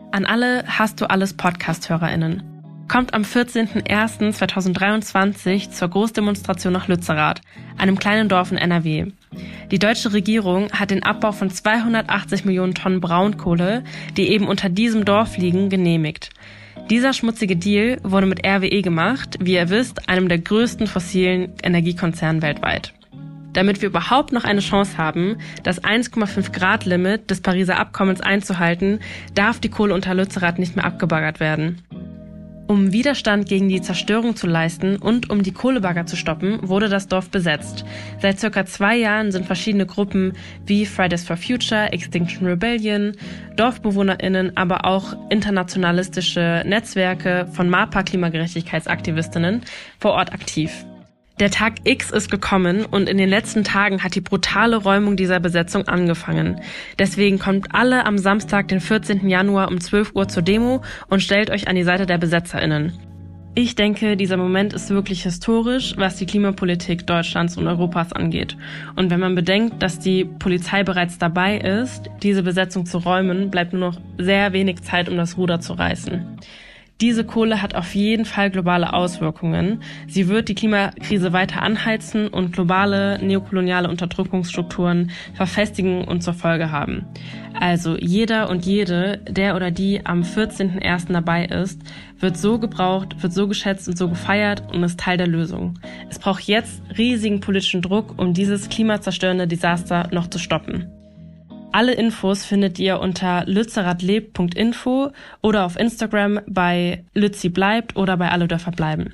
An alle Hast du alles Podcast-HörerInnen. Kommt am 14.01.2023 zur Großdemonstration nach Lützerath, einem kleinen Dorf in NRW. Die deutsche Regierung hat den Abbau von 280 Millionen Tonnen Braunkohle, die eben unter diesem Dorf liegen, genehmigt. Dieser schmutzige Deal wurde mit RWE gemacht, wie ihr wisst, einem der größten fossilen Energiekonzerne weltweit. Damit wir überhaupt noch eine Chance haben, das 1,5-Grad-Limit des Pariser Abkommens einzuhalten, darf die Kohle unter Lützerath nicht mehr abgebaggert werden. Um Widerstand gegen die Zerstörung zu leisten und um die Kohlebagger zu stoppen, wurde das Dorf besetzt. Seit ca. 2 Jahren sind verschiedene Gruppen wie Fridays for Future, Extinction Rebellion, DorfbewohnerInnen, aber auch internationalistische Netzwerke von MAPA-Klimagerechtigkeitsaktivistinnen vor Ort aktiv. Der Tag X ist gekommen und in den letzten Tagen hat die brutale Räumung dieser Besetzung angefangen. Deswegen kommt alle am Samstag, den 14. Januar um 12 Uhr zur Demo und stellt euch an die Seite der BesetzerInnen. Ich denke, dieser Moment ist wirklich historisch, was die Klimapolitik Deutschlands und Europas angeht. Und wenn man bedenkt, dass die Polizei bereits dabei ist, diese Besetzung zu räumen, bleibt nur noch sehr wenig Zeit, um das Ruder zu reißen. Diese Kohle hat auf jeden Fall globale Auswirkungen. Sie wird die Klimakrise weiter anheizen und globale neokoloniale Unterdrückungsstrukturen verfestigen und zur Folge haben. Also jeder und jede, der oder die am 14.01. dabei ist, wird so gebraucht, wird so geschätzt und so gefeiert und ist Teil der Lösung. Es braucht jetzt riesigen politischen Druck, um dieses klimazerstörende Desaster noch zu stoppen. Alle Infos findet ihr unter lützerathlebt.info oder auf Instagram bei Lützi bleibt oder bei Alle Dörfer bleiben.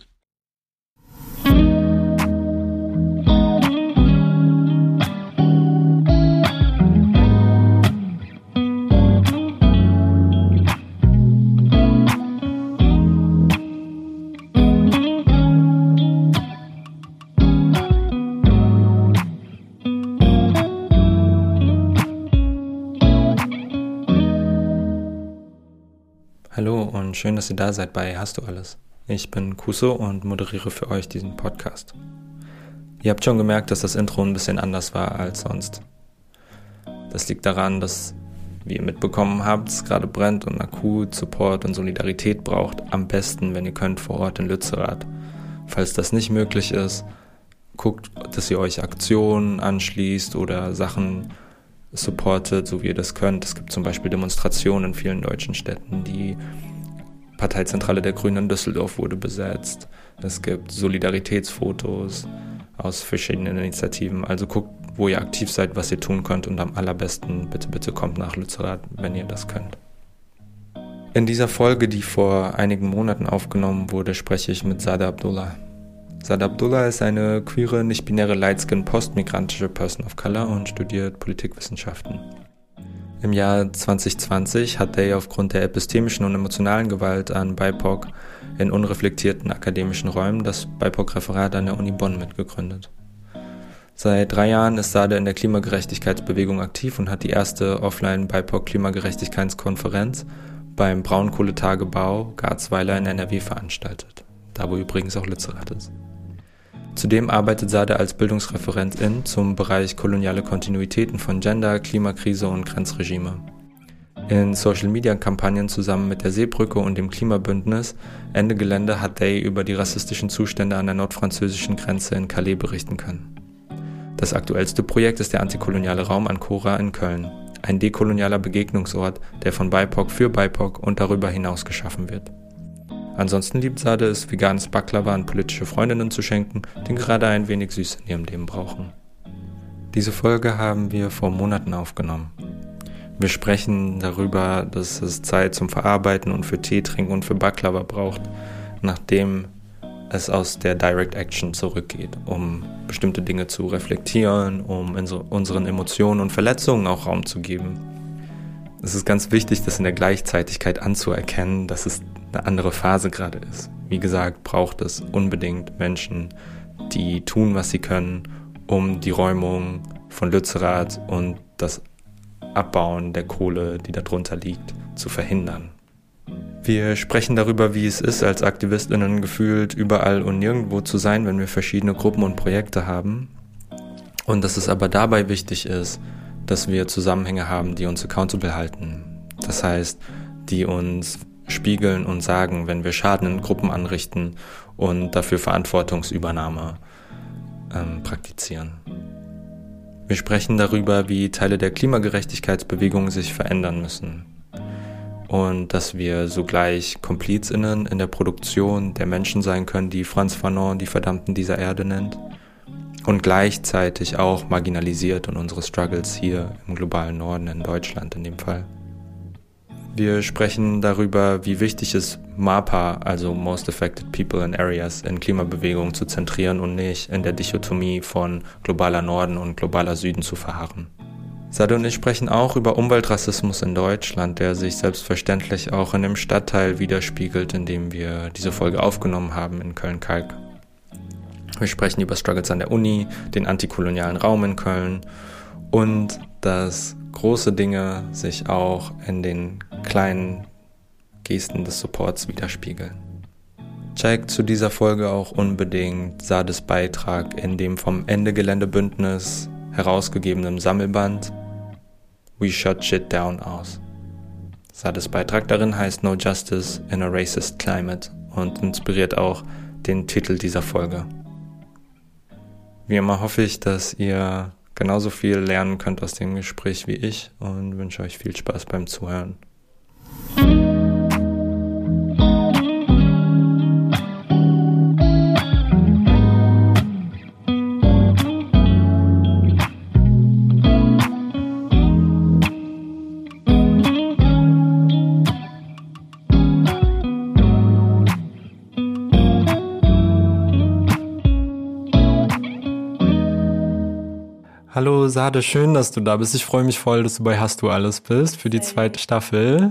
Hallo und schön, dass ihr da seid bei Hast du alles. Ich bin Kuso und moderiere für euch diesen Podcast. Ihr habt schon gemerkt, dass das Intro ein bisschen anders war als sonst. Das liegt daran, dass, wie ihr mitbekommen habt, es gerade brennt und akut Support und Solidarität braucht. Am besten, wenn ihr könnt, vor Ort in Lützerath. Falls das nicht möglich ist, guckt, dass ihr euch Aktionen anschließt oder Sachen supportet, so wie ihr das könnt. Es gibt zum Beispiel Demonstrationen in vielen deutschen Städten. Die Parteizentrale der Grünen in Düsseldorf wurde besetzt. Es gibt Solidaritätsfotos aus verschiedenen Initiativen. Also guckt, wo ihr aktiv seid, was ihr tun könnt und am allerbesten bitte kommt nach Lützerath, wenn ihr das könnt. In dieser Folge, die vor einigen Monaten aufgenommen wurde, spreche ich mit Sada Abdullah. Sada Abdullah ist eine queere, nicht-binäre Lightskin-postmigrantische Person of Color und studiert Politikwissenschaften. Im Jahr 2020 hat Day aufgrund der epistemischen und emotionalen Gewalt an BIPOC in unreflektierten akademischen Räumen das BIPOC-Referat an der Uni Bonn mitgegründet. Seit 3 Jahren ist Sada in der Klimagerechtigkeitsbewegung aktiv und hat die erste Offline-BIPOC-Klimagerechtigkeitskonferenz beim Braunkohletagebau Garzweiler in NRW veranstaltet, da wo übrigens auch Lützerath ist. Zudem arbeitet Sada als Bildungsreferentin zum Bereich koloniale Kontinuitäten von Gender, Klimakrise und Grenzregime. In Social-Media-Kampagnen zusammen mit der Seebrücke und dem Klimabündnis Ende Gelände hat Day über die rassistischen Zustände an der nordfranzösischen Grenze in Calais berichten können. Das aktuellste Projekt ist der antikoloniale Raum Ancora in Köln, ein dekolonialer Begegnungsort, der von BIPOC für BIPOC und darüber hinaus geschaffen wird. Ansonsten liebt Sade es, veganes Baklava an politische Freundinnen zu schenken, die gerade ein wenig Süß in ihrem Leben brauchen. Diese Folge haben wir vor Monaten aufgenommen. Wir sprechen darüber, dass es Zeit zum Verarbeiten und für Tee trinken und für Baklava braucht, nachdem es aus der Direct Action zurückgeht, um bestimmte Dinge zu reflektieren, um unseren Emotionen und Verletzungen auch Raum zu geben. Es ist ganz wichtig, das in der Gleichzeitigkeit anzuerkennen, dass es eine andere Phase gerade ist. Wie gesagt, braucht es unbedingt Menschen, die tun, was sie können, um die Räumung von Lützerath und das Abbauen der Kohle, die darunter liegt, zu verhindern. Wir sprechen darüber, wie es ist, als AktivistInnen gefühlt überall und nirgendwo zu sein, wenn wir verschiedene Gruppen und Projekte haben. Und dass es aber dabei wichtig ist, dass wir Zusammenhänge haben, die uns accountable halten. Das heißt, die uns spiegeln und sagen, wenn wir Schaden in Gruppen anrichten und dafür Verantwortungsübernahme praktizieren. Wir sprechen darüber, wie Teile der Klimagerechtigkeitsbewegung sich verändern müssen und dass wir sogleich KomplizInnen in der Produktion der Menschen sein können, die Frantz Fanon die Verdammten dieser Erde nennt und gleichzeitig auch marginalisiert in unsere Struggles hier im globalen Norden, in Deutschland in dem Fall. Wir sprechen darüber, wie wichtig es MAPA, also Most Affected People in Areas, in Klimabewegungen zu zentrieren und nicht in der Dichotomie von globaler Norden und globaler Süden zu verharren. Sade und ich sprechen auch über Umweltrassismus in Deutschland, der sich selbstverständlich auch in dem Stadtteil widerspiegelt, in dem wir diese Folge aufgenommen haben in Köln-Kalk. Wir sprechen über Struggles an der Uni, den antikolonialen Raum in Köln und dass große Dinge sich auch in den kleinen Gesten des Supports widerspiegeln. Checkt zu dieser Folge auch unbedingt Sades Beitrag in dem vom Ende Gelände-Bündnis herausgegebenen Sammelband We Shut Shit Down aus. Sades Beitrag darin heißt No Justice in a Racist Climate und inspiriert auch den Titel dieser Folge. Wie immer hoffe ich, dass ihr genauso viel lernen könnt aus dem Gespräch wie ich und wünsche euch viel Spaß beim Zuhören. Hallo Sade, schön, dass du da bist. Ich freue mich voll, dass du bei Hast du alles bist für die zweite Staffel.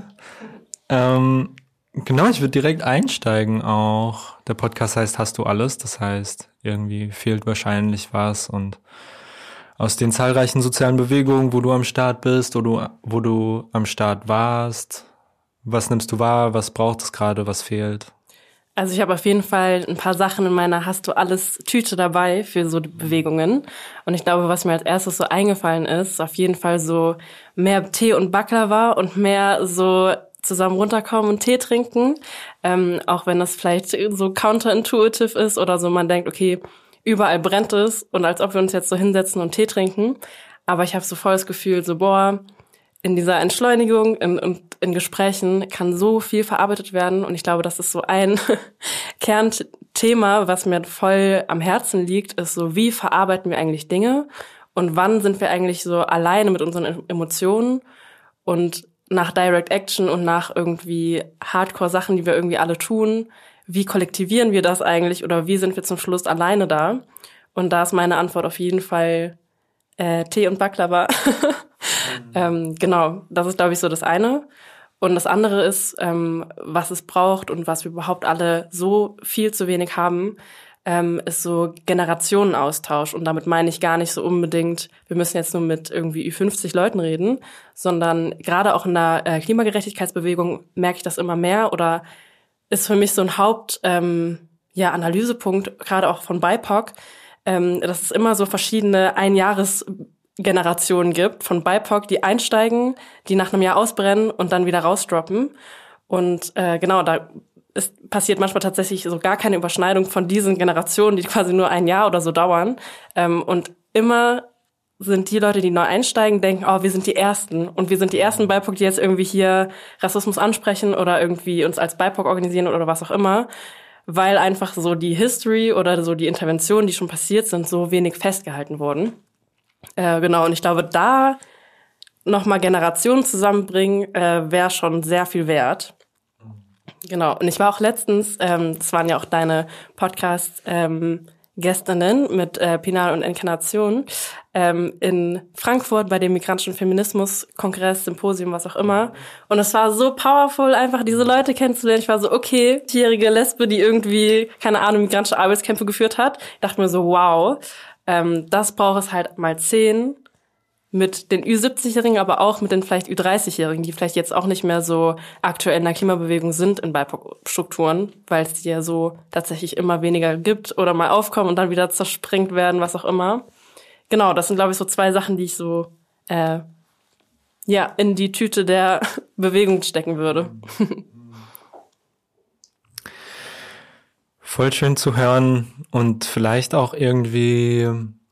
Genau, ich würde direkt einsteigen auch. Der Podcast heißt Hast du alles, das heißt, irgendwie fehlt wahrscheinlich was und aus den zahlreichen sozialen Bewegungen, wo du am Start bist oder wo du am Start warst, was nimmst du wahr, was braucht es gerade, was fehlt? Also ich habe auf jeden Fall ein paar Sachen in meiner Hast du alles Tüte dabei für so Bewegungen. Und ich glaube, was mir als erstes so eingefallen ist auf jeden Fall so mehr Tee und Baklava und mehr so zusammen runterkommen und Tee trinken. Auch wenn das vielleicht so counterintuitive ist oder so, man denkt, okay, überall brennt es und als ob wir uns jetzt so hinsetzen und Tee trinken. Aber ich habe so voll das Gefühl, so in dieser Entschleunigung und in Gesprächen kann so viel verarbeitet werden. Und ich glaube, das ist so ein Kernthema, was mir voll am Herzen liegt, ist so, wie verarbeiten wir eigentlich Dinge? Und wann sind wir eigentlich so alleine mit unseren Emotionen? Und nach Direct Action und nach irgendwie Hardcore-Sachen, die wir irgendwie alle tun, wie kollektivieren wir das eigentlich? Oder wie sind wir zum Schluss alleine da? Und da ist meine Antwort auf jeden Fall Tee und Baklava. Genau, das ist, glaube ich, so das eine. Und das andere ist, was es braucht und was wir überhaupt alle so viel zu wenig haben, ist so Generationenaustausch. Und damit meine ich gar nicht so unbedingt, wir müssen jetzt nur mit irgendwie 50 Leuten reden, sondern gerade auch in der Klimagerechtigkeitsbewegung merke ich das immer mehr oder ist für mich so ein Analysepunkt, gerade auch von BIPOC, dass es immer so verschiedene Einjahresgenerationen gibt von BIPOC, die einsteigen, die nach einem Jahr ausbrennen und dann wieder rausdroppen. Und genau, da passiert manchmal tatsächlich so gar keine Überschneidung von diesen Generationen, die quasi nur ein Jahr oder so dauern. Und immer sind die Leute, die neu einsteigen, denken, oh, wir sind die Ersten. Und wir sind die ersten BIPOC, die jetzt irgendwie hier Rassismus ansprechen oder irgendwie uns als BIPOC organisieren oder was auch immer. Weil einfach so die History oder so die Interventionen, die schon passiert sind, so wenig festgehalten wurden. Genau, und ich glaube, da nochmal Generationen zusammenbringen, wäre schon sehr viel wert. Genau, und ich war auch letztens, das waren ja auch deine Podcast-Gästinnen mit Pinal und Enkarnation, in Frankfurt bei dem migrantischen Feminismus-Kongress, Symposium, was auch immer. Und es war so powerful, einfach diese Leute kennenzulernen. Ich war so, okay, 10-jährige Lesbe, die irgendwie, keine Ahnung, migrantische Arbeitskämpfe geführt hat. Ich dachte mir so, wow, das braucht es halt mal 10 mit den Ü70-Jährigen, aber auch mit den vielleicht Ü30-Jährigen, die vielleicht jetzt auch nicht mehr so aktuell in der Klimabewegung sind in BIPOC-Strukturen, weil es die ja so tatsächlich immer weniger gibt oder mal aufkommen und dann wieder zersprengt werden, was auch immer. Genau, das sind, glaube ich, so 2 Sachen, die ich so in die Tüte der Bewegung stecken würde. Voll schön zu hören und vielleicht auch irgendwie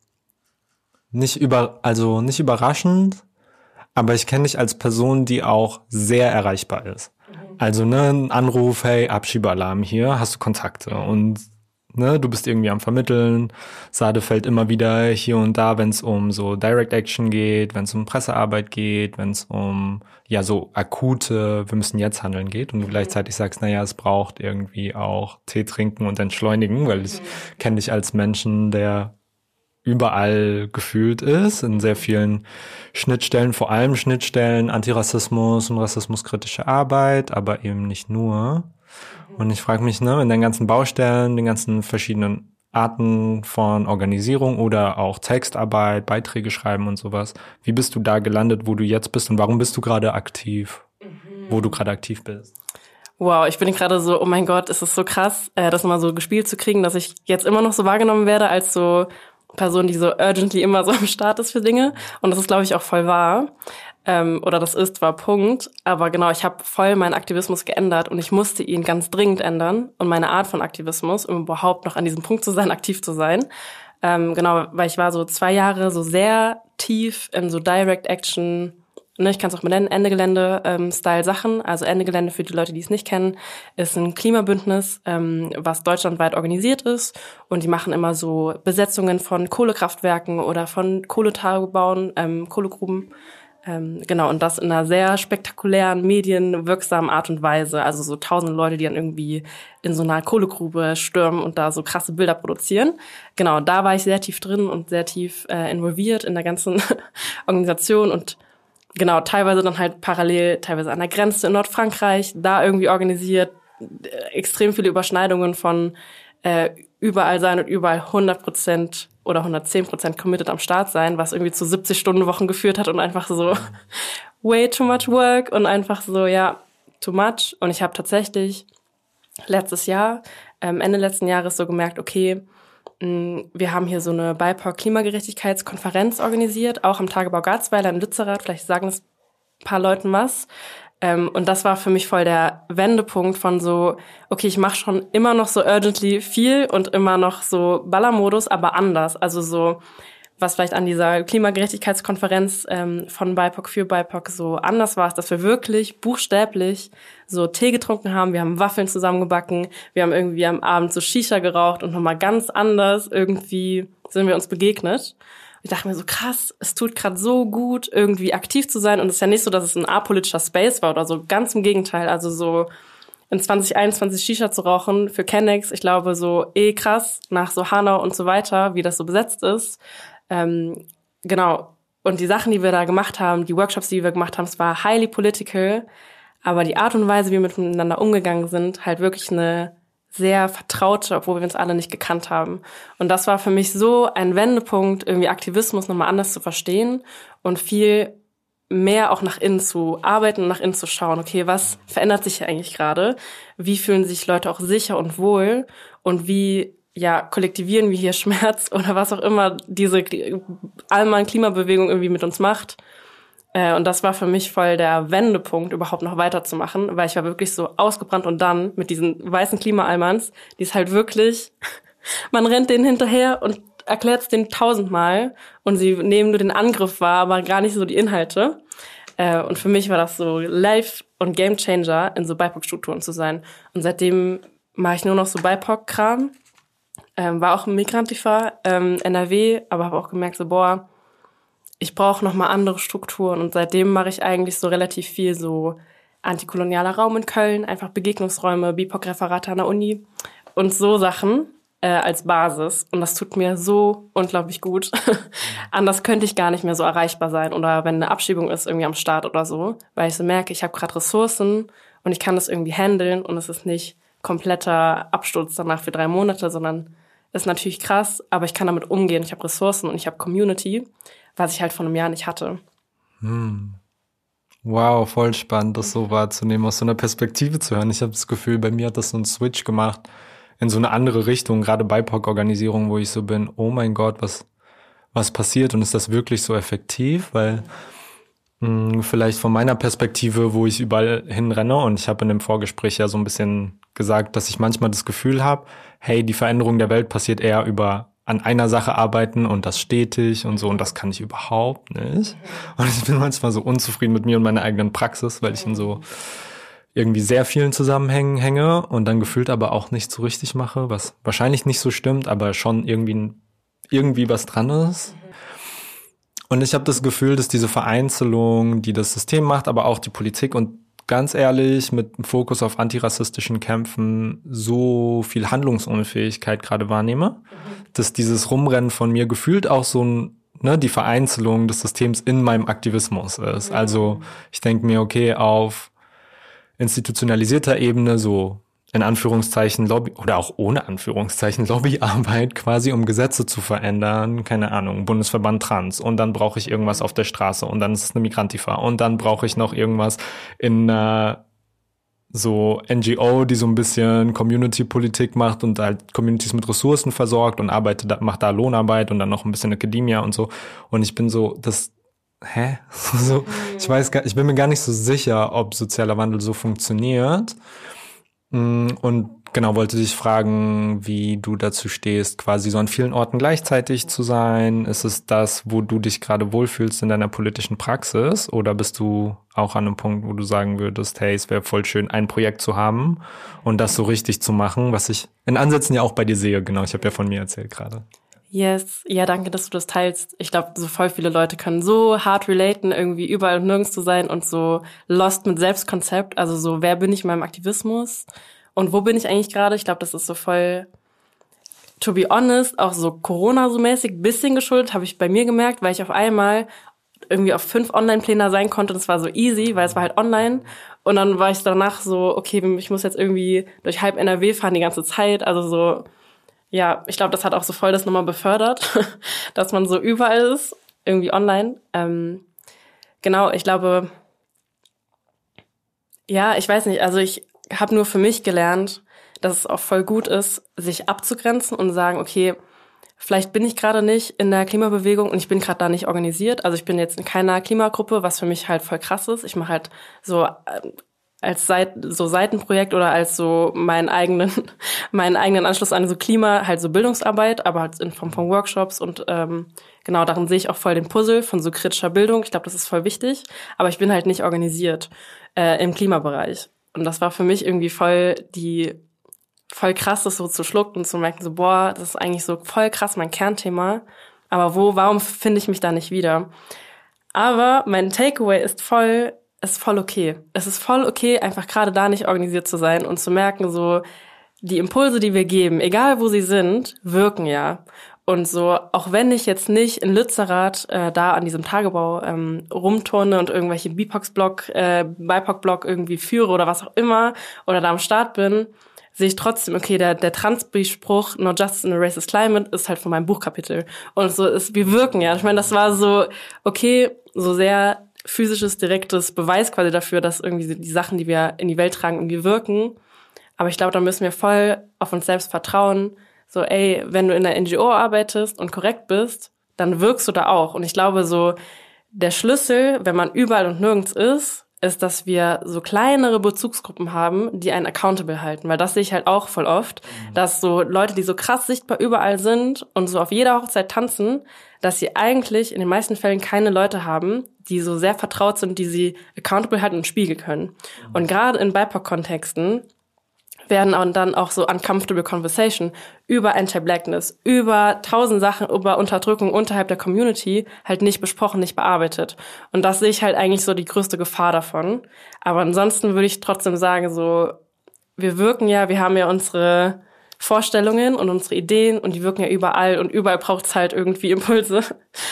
nicht überraschend, aber ich kenne dich als Person, die auch sehr erreichbar ist. Also ein Anruf, hey, Abschiebealarm hier, hast du Kontakte und du bist irgendwie am Vermitteln. Sade fällt immer wieder hier und da, wenn es um so Direct Action geht, wenn es um Pressearbeit geht, wenn es um so akute, wir müssen jetzt handeln geht und du gleichzeitig sagst, es braucht irgendwie auch Tee trinken und entschleunigen, weil ich kenne dich als Menschen, der überall gefühlt ist, in sehr vielen Schnittstellen, vor allem Schnittstellen, Antirassismus und rassismuskritische Arbeit, aber eben nicht nur. Und ich frage mich, in den ganzen Baustellen, den ganzen verschiedenen Arten von Organisierung oder auch Textarbeit, Beiträge schreiben und sowas, wie bist du da gelandet, wo du jetzt bist und warum bist du gerade aktiv, wo du gerade aktiv bist? Wow, ich bin gerade so, oh mein Gott, ist das so krass, das nochmal so gespielt zu kriegen, dass ich jetzt immer noch so wahrgenommen werde als so Person, die so urgently immer so am Start ist für Dinge. Und das ist, glaube ich, auch voll wahr. War Punkt. Aber genau, ich habe voll meinen Aktivismus geändert und ich musste ihn ganz dringend ändern und meine Art von Aktivismus, um überhaupt noch an diesem Punkt zu sein, aktiv zu sein. Weil ich war so 2 Jahre so sehr tief in so Direct Action, ich kann es auch mal nennen, Ende Gelände Sachen. Also Ende Gelände, für die Leute, die es nicht kennen, ist ein Klimabündnis, was deutschlandweit organisiert ist. Und die machen immer so Besetzungen von Kohlekraftwerken oder von Kohletagebauen, Kohlegruben. Und das in einer sehr spektakulären, medienwirksamen Art und Weise. Also so 1000 Leute, die dann irgendwie in so einer Kohlegrube stürmen und da so krasse Bilder produzieren. Genau, da war ich sehr tief drin und sehr tief involviert in der ganzen Organisation und genau, teilweise dann halt parallel, teilweise an der Grenze in Nordfrankreich, da irgendwie organisiert, extrem viele Überschneidungen von überall sein und überall 100% oder 110% committed am Start sein, was irgendwie zu 70-Stunden-Wochen geführt hat und einfach so way too much work und einfach so, too much. Und ich habe tatsächlich letztes Jahr, Ende letzten Jahres so gemerkt, okay, wir haben hier so eine BIPOC-Klimagerechtigkeitskonferenz organisiert, auch am Tagebau Garzweiler in Lützerath, vielleicht sagen es ein paar Leuten was. Und das war für mich voll der Wendepunkt von so, okay, ich mache schon immer noch so urgently viel und immer noch so Ballermodus, aber anders. Also so, was vielleicht an dieser Klimagerechtigkeitskonferenz von BIPOC für BIPOC so anders war, ist, dass wir wirklich buchstäblich so Tee getrunken haben, wir haben Waffeln zusammengebacken, wir haben irgendwie am Abend so Shisha geraucht und nochmal ganz anders irgendwie sind wir uns begegnet. Ich dachte mir so, krass, es tut gerade so gut, irgendwie aktiv zu sein. Und es ist ja nicht so, dass es ein apolitischer Space war oder so, ganz im Gegenteil. Also so in 2021 Shisha zu rauchen für Kennex, ich glaube so krass, nach so Hanau und so weiter, wie das so besetzt ist. Genau. Und die Sachen, die wir da gemacht haben, die Workshops, die wir gemacht haben, es war highly political. Aber die Art und Weise, wie wir miteinander umgegangen sind, halt wirklich eine sehr vertraute, obwohl wir uns alle nicht gekannt haben. Und das war für mich so ein Wendepunkt, irgendwie Aktivismus nochmal anders zu verstehen und viel mehr auch nach innen zu arbeiten und nach innen zu schauen, okay, was verändert sich hier eigentlich gerade? Wie fühlen sich Leute auch sicher und wohl? Und wie kollektivieren wir hier Schmerz oder was auch immer diese allgemeine Klimabewegung irgendwie mit uns macht? Und das war für mich voll der Wendepunkt, überhaupt noch weiterzumachen, weil ich war wirklich so ausgebrannt und dann mit diesen weißen Klima-Almans, die ist halt wirklich, man rennt denen hinterher und erklärt es denen 1000-mal und sie nehmen nur den Angriff wahr, aber gar nicht so die Inhalte. Und für mich war das so Life- und Gamechanger, in so BIPOC-Strukturen zu sein. Und seitdem mache ich nur noch so BIPOC-Kram. War auch im Migrantifa, NRW, aber habe auch gemerkt so, ich brauche nochmal andere Strukturen und seitdem mache ich eigentlich so relativ viel so antikolonialer Raum in Köln, einfach Begegnungsräume, BIPOC-Referate an der Uni und so Sachen als Basis und das tut mir so unglaublich gut. Anders könnte ich gar nicht mehr so erreichbar sein oder wenn eine Abschiebung ist irgendwie am Start oder so, weil ich so merke, ich habe gerade Ressourcen und ich kann das irgendwie handeln und es ist nicht kompletter Absturz danach für 3 Monate, sondern ist natürlich krass, aber ich kann damit umgehen, ich habe Ressourcen und ich habe Community, was ich halt vor einem Jahr nicht hatte. Wow, voll spannend, das so wahrzunehmen, aus so einer Perspektive zu hören. Ich habe das Gefühl, bei mir hat das so einen Switch gemacht in so eine andere Richtung, gerade BIPOC-Organisation, wo ich so bin, oh mein Gott, was passiert und ist das wirklich so effektiv? Weil Vielleicht von meiner Perspektive, wo ich überall hinrenne, und ich habe in dem Vorgespräch ja so ein bisschen gesagt, dass ich manchmal das Gefühl habe, hey, die Veränderung der Welt passiert eher über an einer Sache arbeiten und das stetig und so, und das kann ich überhaupt nicht. Und ich bin manchmal so unzufrieden mit mir und meiner eigenen Praxis, weil ich in so irgendwie sehr vielen Zusammenhängen hänge und dann gefühlt aber auch nicht so richtig mache, was wahrscheinlich nicht so stimmt, aber schon irgendwie was dran ist. Und ich habe das Gefühl, dass diese Vereinzelung, die das System macht, aber auch die Politik und ganz ehrlich, mit dem Fokus auf antirassistischen Kämpfen so viel Handlungsunfähigkeit gerade wahrnehme, dass dieses Rumrennen von mir gefühlt auch so die Vereinzelung des Systems in meinem Aktivismus ist. Also ich denke mir, okay, auf institutionalisierter Ebene so in Anführungszeichen Lobby oder auch ohne Anführungszeichen Lobbyarbeit quasi, um Gesetze zu verändern, keine Ahnung, Bundesverband Trans, und dann brauche ich irgendwas auf der Straße und dann ist es eine Migrantifa und dann brauche ich noch irgendwas in so NGO, die so ein bisschen Community-Politik macht und halt Communities mit Ressourcen versorgt und macht da Lohnarbeit und dann noch ein bisschen Academia und so, und ich bin so, so, ich bin mir gar nicht so sicher, ob sozialer Wandel so funktioniert. Und genau, wollte dich fragen, wie du dazu stehst, quasi so an vielen Orten gleichzeitig zu sein. Ist es das, wo du dich gerade wohlfühlst in deiner politischen Praxis? Oder bist du auch an einem Punkt, wo du sagen würdest, hey, es wäre voll schön, ein Projekt zu haben und das so richtig zu machen, was ich in Ansätzen ja auch bei dir sehe. Genau, ich habe ja von mir erzählt gerade. Yes, ja, danke, dass du das teilst. Ich glaube, so voll viele Leute können so hart relaten, irgendwie überall und nirgends zu sein und so lost mit Selbstkonzept. Also so, wer bin ich in meinem Aktivismus und wo bin ich eigentlich gerade? Ich glaube, das ist so voll, to be honest, auch so Corona so mäßig, bisschen geschuldet, habe ich bei mir gemerkt, weil ich auf einmal irgendwie auf 5 Online-Pläne sein konnte. Das war so easy, weil es war halt online. Und dann war ich danach so, okay, ich muss jetzt irgendwie durch halb NRW fahren die ganze Zeit. Also so, ja, ich glaube, das hat auch so voll das nochmal befördert, dass man so überall ist, irgendwie online. Genau, ich glaube, ja, ich weiß nicht, also ich habe nur für mich gelernt, dass es auch voll gut ist, sich abzugrenzen und sagen, okay, vielleicht bin ich gerade nicht in der Klimabewegung und ich bin gerade da nicht organisiert. Also ich bin jetzt in keiner Klimagruppe, was für mich halt voll krass ist. Ich mache halt so als Seitenprojekt oder als so meinen eigenen Anschluss an so Klima, halt so Bildungsarbeit, aber halt in Form von Workshops und genau, darin sehe ich auch voll den Puzzle von so kritischer Bildung. Ich glaube, das ist voll wichtig, aber ich bin halt nicht organisiert im Klimabereich. Und das war für mich irgendwie voll krass, das so zu schlucken und zu merken, so, boah, das ist eigentlich so voll krass mein Kernthema, aber warum finde ich mich da nicht wieder? Aber mein Takeaway ist voll okay. Es ist voll okay, einfach gerade da nicht organisiert zu sein und zu merken, so, die Impulse, die wir geben, egal wo sie sind, wirken ja. Und so, auch wenn ich jetzt nicht in Lützerath da an diesem Tagebau rumturne und irgendwelche BIPOC-Blog irgendwie führe oder was auch immer oder da am Start bin, sehe ich trotzdem, okay, der Transbriefspruch No Justice in a Racist Climate ist halt von meinem Buchkapitel. Und so wir wirken ja. Ich meine, das war so, okay, so sehr physisches, direktes Beweis quasi dafür, dass irgendwie die Sachen, die wir in die Welt tragen, irgendwie wirken. Aber ich glaube, da müssen wir voll auf uns selbst vertrauen. So, ey, wenn du in der NGO arbeitest und korrekt bist, dann wirkst du da auch. Und ich glaube, so der Schlüssel, wenn man überall und nirgends ist, dass wir so kleinere Bezugsgruppen haben, die einen accountable halten. Weil das sehe ich halt auch voll oft, dass so Leute, die so krass sichtbar überall sind und so auf jeder Hochzeit tanzen, dass sie eigentlich in den meisten Fällen keine Leute haben, die so sehr vertraut sind, die sie accountable halten und spiegeln können. Und gerade in BIPOC-Kontexten werden dann auch so uncomfortable conversation über Anti-Blackness, über 1000 Sachen, über Unterdrückung unterhalb der Community halt nicht besprochen, nicht bearbeitet. Und das sehe ich halt eigentlich so die größte Gefahr davon. Aber ansonsten würde ich trotzdem sagen, so, wir wirken ja, wir haben ja unsere Vorstellungen und unsere Ideen und die wirken ja überall und überall braucht es halt irgendwie Impulse.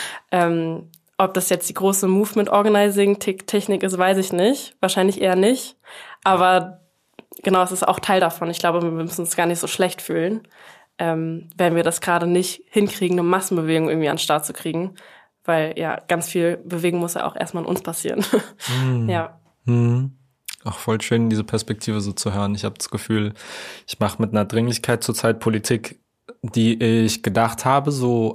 Ob das jetzt die große Movement-Organizing-Technik ist, weiß ich nicht. Wahrscheinlich eher nicht. Aber genau, es ist auch Teil davon. Ich glaube, wir müssen uns gar nicht so schlecht fühlen, wenn wir das gerade nicht hinkriegen, eine Massenbewegung irgendwie an den Start zu kriegen. Weil ja, ganz viel Bewegung muss ja auch erstmal an uns passieren. Ja. Auch voll schön, diese Perspektive so zu hören. Ich habe das Gefühl, ich mache mit einer Dringlichkeit zurzeit Politik, die ich gedacht habe, so ab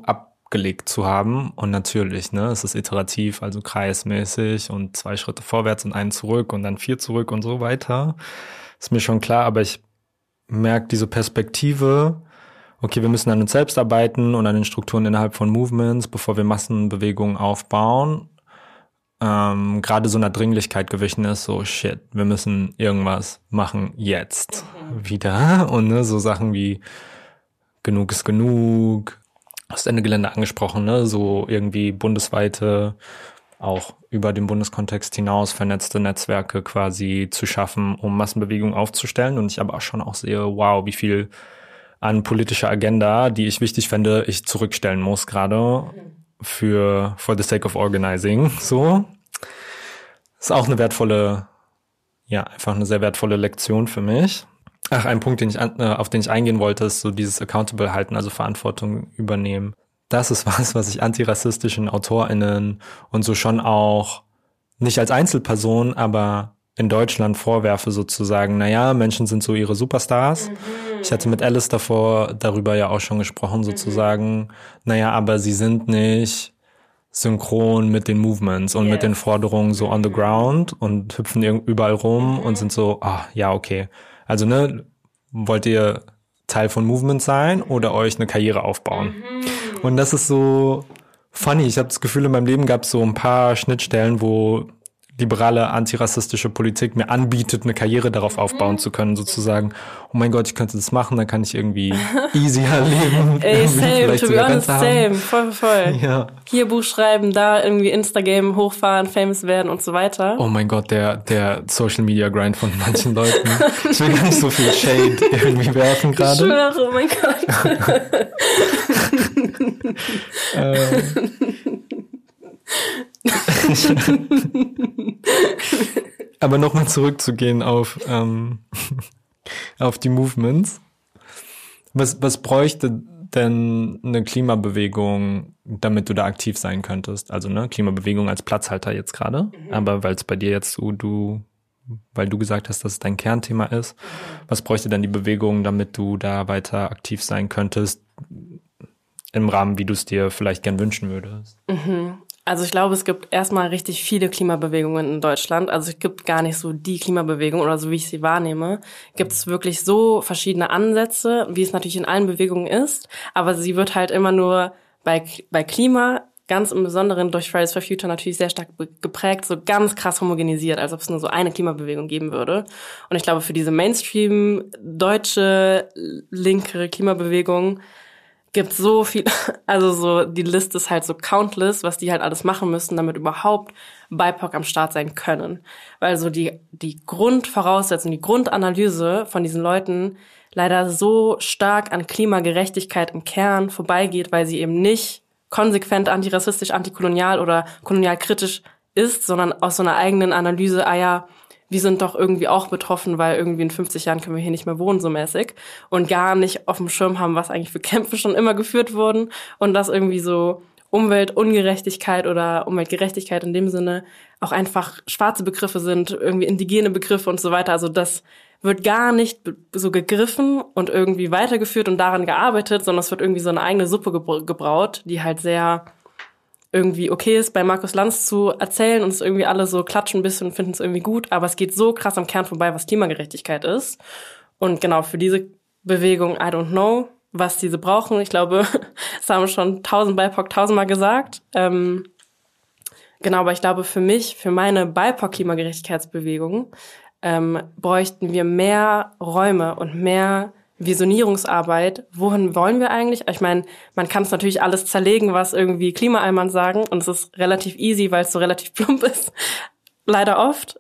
gelegt zu haben. Und natürlich, ne, es ist iterativ, also kreismäßig und 2 Schritte vorwärts und 1 zurück und dann 4 zurück und so weiter. Ist mir schon klar, aber ich merke diese Perspektive, okay, wir müssen an uns selbst arbeiten und an den Strukturen innerhalb von Movements, bevor wir Massenbewegungen aufbauen. Gerade so einer Dringlichkeit gewichen ist, so shit, wir müssen irgendwas machen jetzt wieder. Und ne, so Sachen wie genug ist genug, hast Ende Gelände angesprochen, ne, so irgendwie bundesweite, auch über den Bundeskontext hinaus vernetzte Netzwerke quasi zu schaffen, um Massenbewegungen aufzustellen. Und ich aber auch schon auch sehe, wow, wie viel an politischer Agenda, die ich wichtig fände, ich zurückstellen muss gerade for the sake of organizing, so. Ist auch eine wertvolle, ja, einfach eine sehr wertvolle Lektion für mich. Ach, ein Punkt, auf den ich eingehen wollte, ist so dieses Accountable halten, also Verantwortung übernehmen. Das ist was ich antirassistischen AutorInnen und so schon auch nicht als Einzelperson, aber in Deutschland vorwerfe sozusagen, naja, Menschen sind so ihre Superstars. Ich hatte mit Alice darüber ja auch schon gesprochen, sozusagen, naja, aber sie sind nicht synchron mit den Movements und mit den Forderungen so on the ground und hüpfen überall rum und sind so, ja, okay. Also, ne, wollt ihr Teil von Movements sein oder euch eine Karriere aufbauen? Und das ist so funny. Ich habe das Gefühl, in meinem Leben gab es so ein paar Schnittstellen, wo liberale, antirassistische Politik mir anbietet, eine Karriere darauf aufbauen zu können, sozusagen. Oh mein Gott, ich könnte das machen, dann kann ich irgendwie easier leben. Ey, same, to be honest, same, voll. Ja. Hier Buch schreiben, da irgendwie Instagram hochfahren, famous werden und so weiter. Oh mein Gott, der Social Media Grind von manchen Leuten. Ich will gar nicht so viel Shade irgendwie werfen gerade. Ich schwöre, oh mein Gott. Aber nochmal zurückzugehen auf die Movements. Was bräuchte denn eine Klimabewegung, damit du da aktiv sein könntest? Also ne, Klimabewegung als Platzhalter jetzt gerade, aber weil es bei dir jetzt weil du gesagt hast, dass es dein Kernthema ist, was bräuchte dann die Bewegung, damit du da weiter aktiv sein könntest, im Rahmen, wie du es dir vielleicht gern wünschen würdest? Also ich glaube, es gibt erstmal richtig viele Klimabewegungen in Deutschland. Also es gibt gar nicht so die Klimabewegung oder so, wie ich sie wahrnehme. Gibt es wirklich so verschiedene Ansätze, wie es natürlich in allen Bewegungen ist. Aber sie wird halt immer nur bei Klima, ganz im Besonderen durch Fridays for Future natürlich sehr stark geprägt, so ganz krass homogenisiert, als ob es nur so eine Klimabewegung geben würde. Und ich glaube, für diese Mainstream deutsche linke Klimabewegung gibt so viel, also so die Liste ist halt so countless, was die halt alles machen müssen, damit überhaupt BIPOC am Start sein können. Weil so die Grundvoraussetzung, die Grundanalyse von diesen Leuten leider so stark an Klimagerechtigkeit im Kern vorbeigeht, weil sie eben nicht konsequent antirassistisch, antikolonial oder kolonialkritisch ist, sondern aus so einer eigenen Analyse, wir sind doch irgendwie auch betroffen, weil irgendwie in 50 Jahren können wir hier nicht mehr wohnen, so mäßig. Und gar nicht auf dem Schirm haben, was eigentlich für Kämpfe schon immer geführt wurden. Und dass irgendwie so Umweltungerechtigkeit oder Umweltgerechtigkeit in dem Sinne auch einfach schwarze Begriffe sind, irgendwie indigene Begriffe und so weiter. Also das wird gar nicht so gegriffen und irgendwie weitergeführt und daran gearbeitet, sondern es wird irgendwie so eine eigene Suppe gebraut, die halt sehr irgendwie okay ist, bei Markus Lanz zu erzählen und es irgendwie alle so klatschen ein bisschen und finden es irgendwie gut, aber es geht so krass am Kern vorbei, was Klimagerechtigkeit ist. Und genau, für diese Bewegung, I don't know, was diese brauchen. Ich glaube, das haben schon 1000 BIPOC 1000-mal gesagt. Genau, aber ich glaube, für meine BIPOC-Klimagerechtigkeitsbewegung bräuchten wir mehr Räume und mehr Visionierungsarbeit. Wohin wollen wir eigentlich? Ich meine, man kann es natürlich alles zerlegen, was irgendwie Klimaallmann sagen, und es ist relativ easy, weil es so relativ plump ist, leider oft.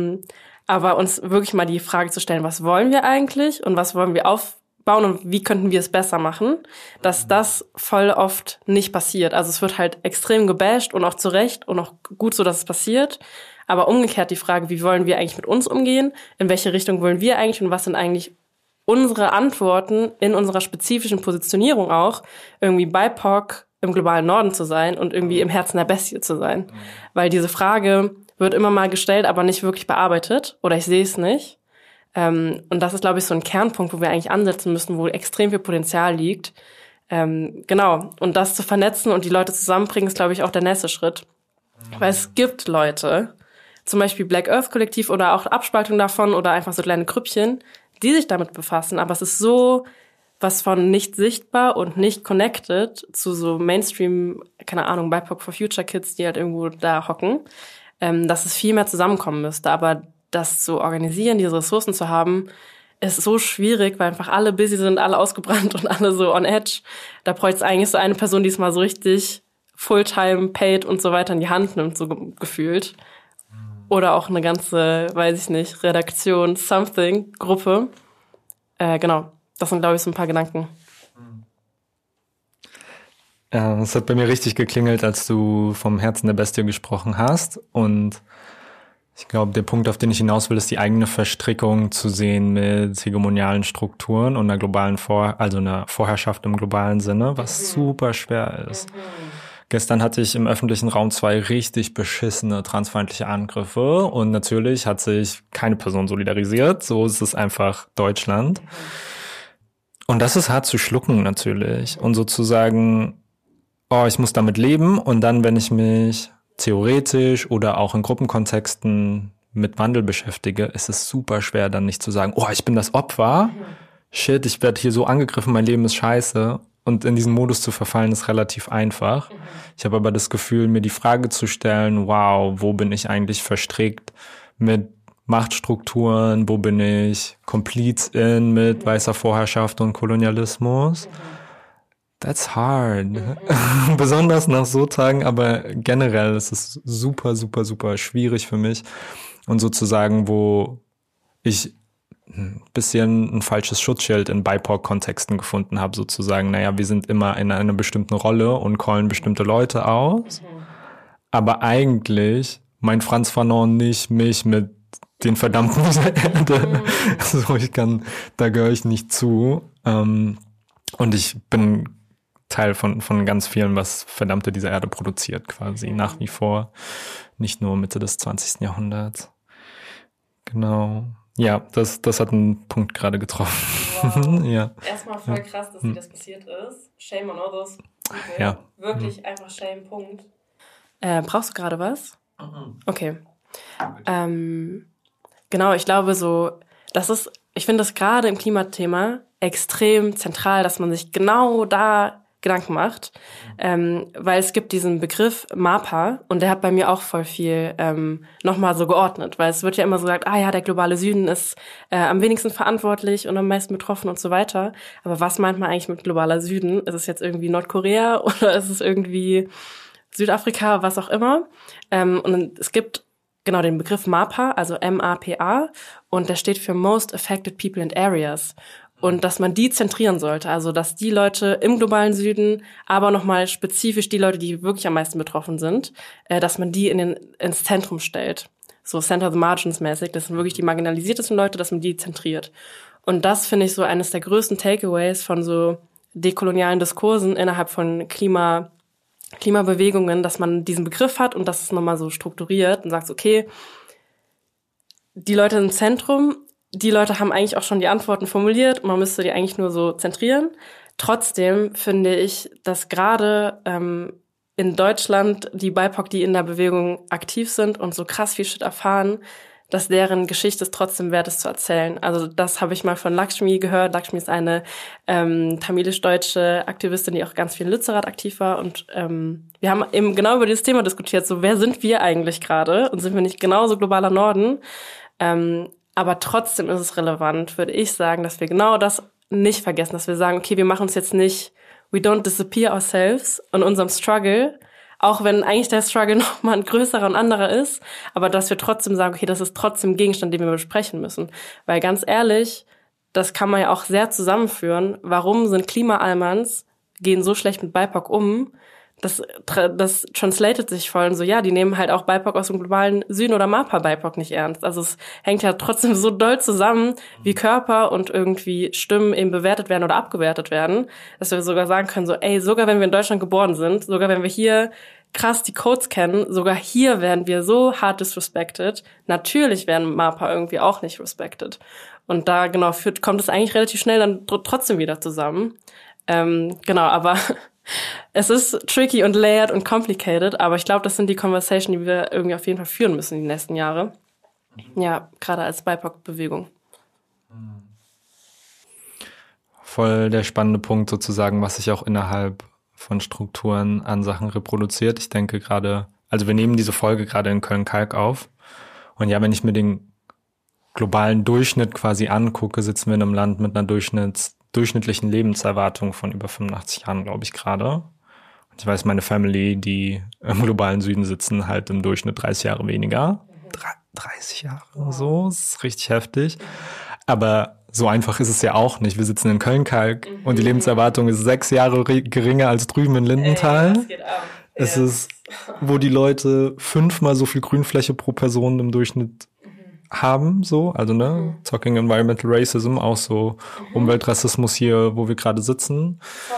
Aber uns wirklich mal die Frage zu stellen, was wollen wir eigentlich und was wollen wir aufbauen und wie könnten wir es besser machen, dass das voll oft nicht passiert. Also es wird halt extrem gebasht und auch zu Recht und auch gut so, dass es passiert. Aber umgekehrt die Frage, wie wollen wir eigentlich mit uns umgehen? In welche Richtung wollen wir eigentlich und was sind eigentlich unsere Antworten in unserer spezifischen Positionierung auch, irgendwie BIPOC im globalen Norden zu sein und irgendwie im Herzen der Bestie zu sein. Weil diese Frage wird immer mal gestellt, aber nicht wirklich bearbeitet oder ich sehe es nicht. Und das ist, glaube ich, so ein Kernpunkt, wo wir eigentlich ansetzen müssen, wo extrem viel Potenzial liegt. Genau. Und das zu vernetzen und die Leute zusammenbringen, ist, glaube ich, auch der nächste Schritt. Weil es gibt Leute, zum Beispiel Black Earth Kollektiv oder auch Abspaltung davon oder einfach so kleine Grüppchen, die sich damit befassen. Aber es ist so was von nicht sichtbar und nicht connected zu so Mainstream, keine Ahnung, BIPOC for Future Kids, die halt irgendwo da hocken, dass es viel mehr zusammenkommen müsste. Aber das zu organisieren, diese Ressourcen zu haben, ist so schwierig, weil einfach alle busy sind, alle ausgebrannt und alle so on edge. Da bräuchte es eigentlich so eine Person, die es mal so richtig Fulltime, paid und so weiter in die Hand nimmt, so gefühlt. Oder auch eine ganze, weiß ich nicht, Redaktion, something, Gruppe. Genau, das sind, glaube ich, so ein paar Gedanken. Ja, es hat bei mir richtig geklingelt, als du vom Herzen der Bestie gesprochen hast. Und ich glaube, der Punkt, auf den ich hinaus will, ist die eigene Verstrickung zu sehen mit hegemonialen Strukturen und einer globalen einer Vorherrschaft im globalen Sinne, was super schwer ist. Gestern hatte ich im öffentlichen Raum 2 richtig beschissene transfeindliche Angriffe und natürlich hat sich keine Person solidarisiert. So ist es einfach Deutschland. Und das ist hart zu schlucken natürlich und sozusagen, ich muss damit leben und dann, wenn ich mich theoretisch oder auch in Gruppenkontexten mit Wandel beschäftige, ist es super schwer, dann nicht zu sagen, ich bin das Opfer, shit, ich werde hier so angegriffen, mein Leben ist scheiße. Und in diesen Modus zu verfallen, ist relativ einfach. Ich habe aber das Gefühl, mir die Frage zu stellen, wow, wo bin ich eigentlich verstrickt mit Machtstrukturen, wo bin ich Kompliz mit weißer Vorherrschaft und Kolonialismus? That's hard. Besonders nach so Tagen, aber generell ist es super, super, super schwierig für mich. Und sozusagen, wo ich ein bisschen ein falsches Schutzschild in BIPOC-Kontexten gefunden habe, sozusagen, wir sind immer in einer bestimmten Rolle und callen bestimmte Leute aus. Aber eigentlich meint Frantz Fanon nicht mich mit den Verdammten dieser Erde. So, da gehöre ich nicht zu. Und ich bin Teil von ganz vielen, was Verdammte dieser Erde produziert, quasi, nach wie vor. Nicht nur Mitte des 20. Jahrhunderts. Genau. Ja, das hat einen Punkt gerade getroffen. Wow. Ja. Erstmal voll krass, dass dir das passiert ist. Shame on all those people. Ja. Wirklich einfach shame, Punkt. Brauchst du gerade was? Okay. Genau, ich glaube so, ich finde das gerade im Klimathema extrem zentral, dass man sich genau da Gedanken macht, weil es gibt diesen Begriff MAPA und der hat bei mir auch voll viel nochmal so geordnet, weil es wird ja immer so gesagt, der globale Süden ist am wenigsten verantwortlich und am meisten betroffen und so weiter. Aber was meint man eigentlich mit globaler Süden? Ist es jetzt irgendwie Nordkorea oder ist es irgendwie Südafrika, was auch immer? Und es gibt genau den Begriff MAPA, also MAPA, und der steht für Most Affected People and Areas. Und dass man die zentrieren sollte, also dass die Leute im globalen Süden, aber nochmal spezifisch die Leute, die wirklich am meisten betroffen sind, dass man die ins Zentrum stellt. So Center of the Margins mäßig, das sind wirklich die marginalisiertesten Leute, dass man die zentriert. Und das finde ich so eines der größten Takeaways von so dekolonialen Diskursen innerhalb von Klimabewegungen, dass man diesen Begriff hat und dass es nochmal so strukturiert und sagt, okay, die Leute im Zentrum, die Leute haben eigentlich auch schon die Antworten formuliert und man müsste die eigentlich nur so zentrieren. Trotzdem finde ich, dass gerade in Deutschland die BIPOC, die in der Bewegung aktiv sind und so krass viel Shit erfahren, dass deren Geschichte es trotzdem wert ist zu erzählen. Also das habe ich mal von Lakshmi gehört. Lakshmi ist eine tamilisch-deutsche Aktivistin, die auch ganz viel in Lützerath aktiv war. Und wir haben eben genau über dieses Thema diskutiert. So, wer sind wir eigentlich gerade? Und sind wir nicht genauso globaler Norden? Aber trotzdem ist es relevant, würde ich sagen, dass wir genau das nicht vergessen, dass wir sagen, okay, wir machen uns jetzt nicht, we don't disappear ourselves in unserem Struggle, auch wenn eigentlich der Struggle noch mal ein größerer und anderer ist, aber dass wir trotzdem sagen, okay, das ist trotzdem Gegenstand, den wir besprechen müssen. Weil ganz ehrlich, das kann man ja auch sehr zusammenführen. Warum sind Klima-Almans, gehen so schlecht mit BIPOC um? Das translated sich voll und so, ja, die nehmen halt auch BIPOC aus dem globalen Süden oder MAPA-BIPOC nicht ernst. Also es hängt ja trotzdem so doll zusammen, wie Körper und irgendwie Stimmen eben bewertet werden oder abgewertet werden, dass wir sogar sagen können, so, sogar wenn wir in Deutschland geboren sind, sogar wenn wir hier krass die Codes kennen, sogar hier werden wir so hart disrespected. Natürlich werden MAPA irgendwie auch nicht respected. Und da genau kommt es eigentlich relativ schnell dann trotzdem wieder zusammen. Genau, aber es ist tricky und layered und complicated, aber ich glaube, das sind die Conversations, die wir irgendwie auf jeden Fall führen müssen die nächsten Jahre. Ja, gerade als BIPOC-Bewegung. Voll der spannende Punkt sozusagen, was sich auch innerhalb von Strukturen an Sachen reproduziert. Ich denke gerade, also wir nehmen diese Folge gerade in Köln-Kalk auf. Und ja, wenn ich mir den globalen Durchschnitt quasi angucke, sitzen wir in einem Land mit einer durchschnittlichen Lebenserwartung von über 85 Jahren, glaube ich, gerade. Und ich weiß, meine Family, die im globalen Süden sitzen, halt im Durchschnitt 30 Jahre weniger. 30 Jahre, so, das ist richtig heftig. Aber so einfach ist es ja auch nicht. Wir sitzen in Köln-Kalk und die Lebenserwartung ist 6 Jahre geringer als drüben in Lindenthal. Das geht ab. Es ist, wo die Leute 5-mal so viel Grünfläche pro Person im Durchschnitt haben, so, also talking environmental racism, auch so Umweltrassismus hier, wo wir gerade sitzen.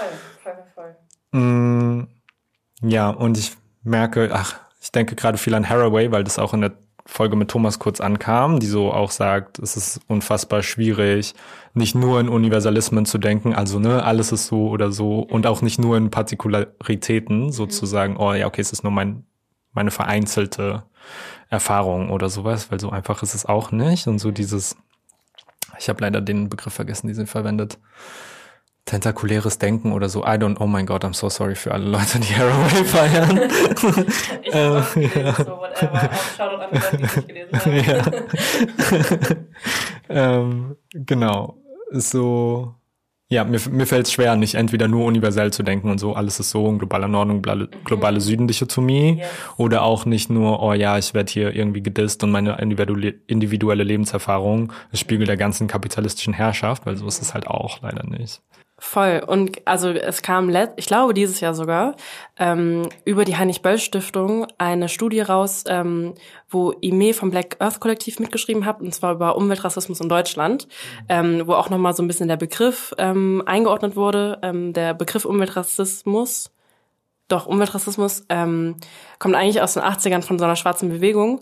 Voll. Ja, und ich merke, ich denke gerade viel an Haraway, weil das auch in der Folge mit Thomas kurz ankam, die so auch sagt, es ist unfassbar schwierig, nicht nur in Universalismen zu denken, also alles ist so oder so, und auch nicht nur in Partikularitäten, sozusagen, oh ja, okay, es ist nur meine vereinzelte Erfahrung oder sowas, weil so einfach ist es auch nicht. Und so dieses, ich habe leider den Begriff vergessen, den sie verwendet, tentakuläres Denken oder so. Oh mein Gott, I'm so sorry für alle Leute, die Haraway feiern. Ich habe so whatever. Shoutout an die Leute, die nicht gelesen haben. Genau. So, ja, mir fällt es schwer, nicht entweder nur universell zu denken und so, alles ist so, ein globaler Norden, globale Süden-Dichotomie. Yes. Oder auch nicht nur, oh ja, ich werde hier irgendwie gedisst und meine individuelle Lebenserfahrung ist Spiegel der ganzen kapitalistischen Herrschaft, weil so ist es halt auch leider nicht. Voll. Und also es kam, ich glaube dieses Jahr sogar, über die Heinrich-Böll-Stiftung eine Studie raus, wo Ime vom Black Earth Kollektiv mitgeschrieben hat, und zwar über Umweltrassismus in Deutschland, wo auch nochmal so ein bisschen der Begriff eingeordnet wurde. Der Begriff Umweltrassismus kommt eigentlich aus den 80ern von so einer schwarzen Bewegung,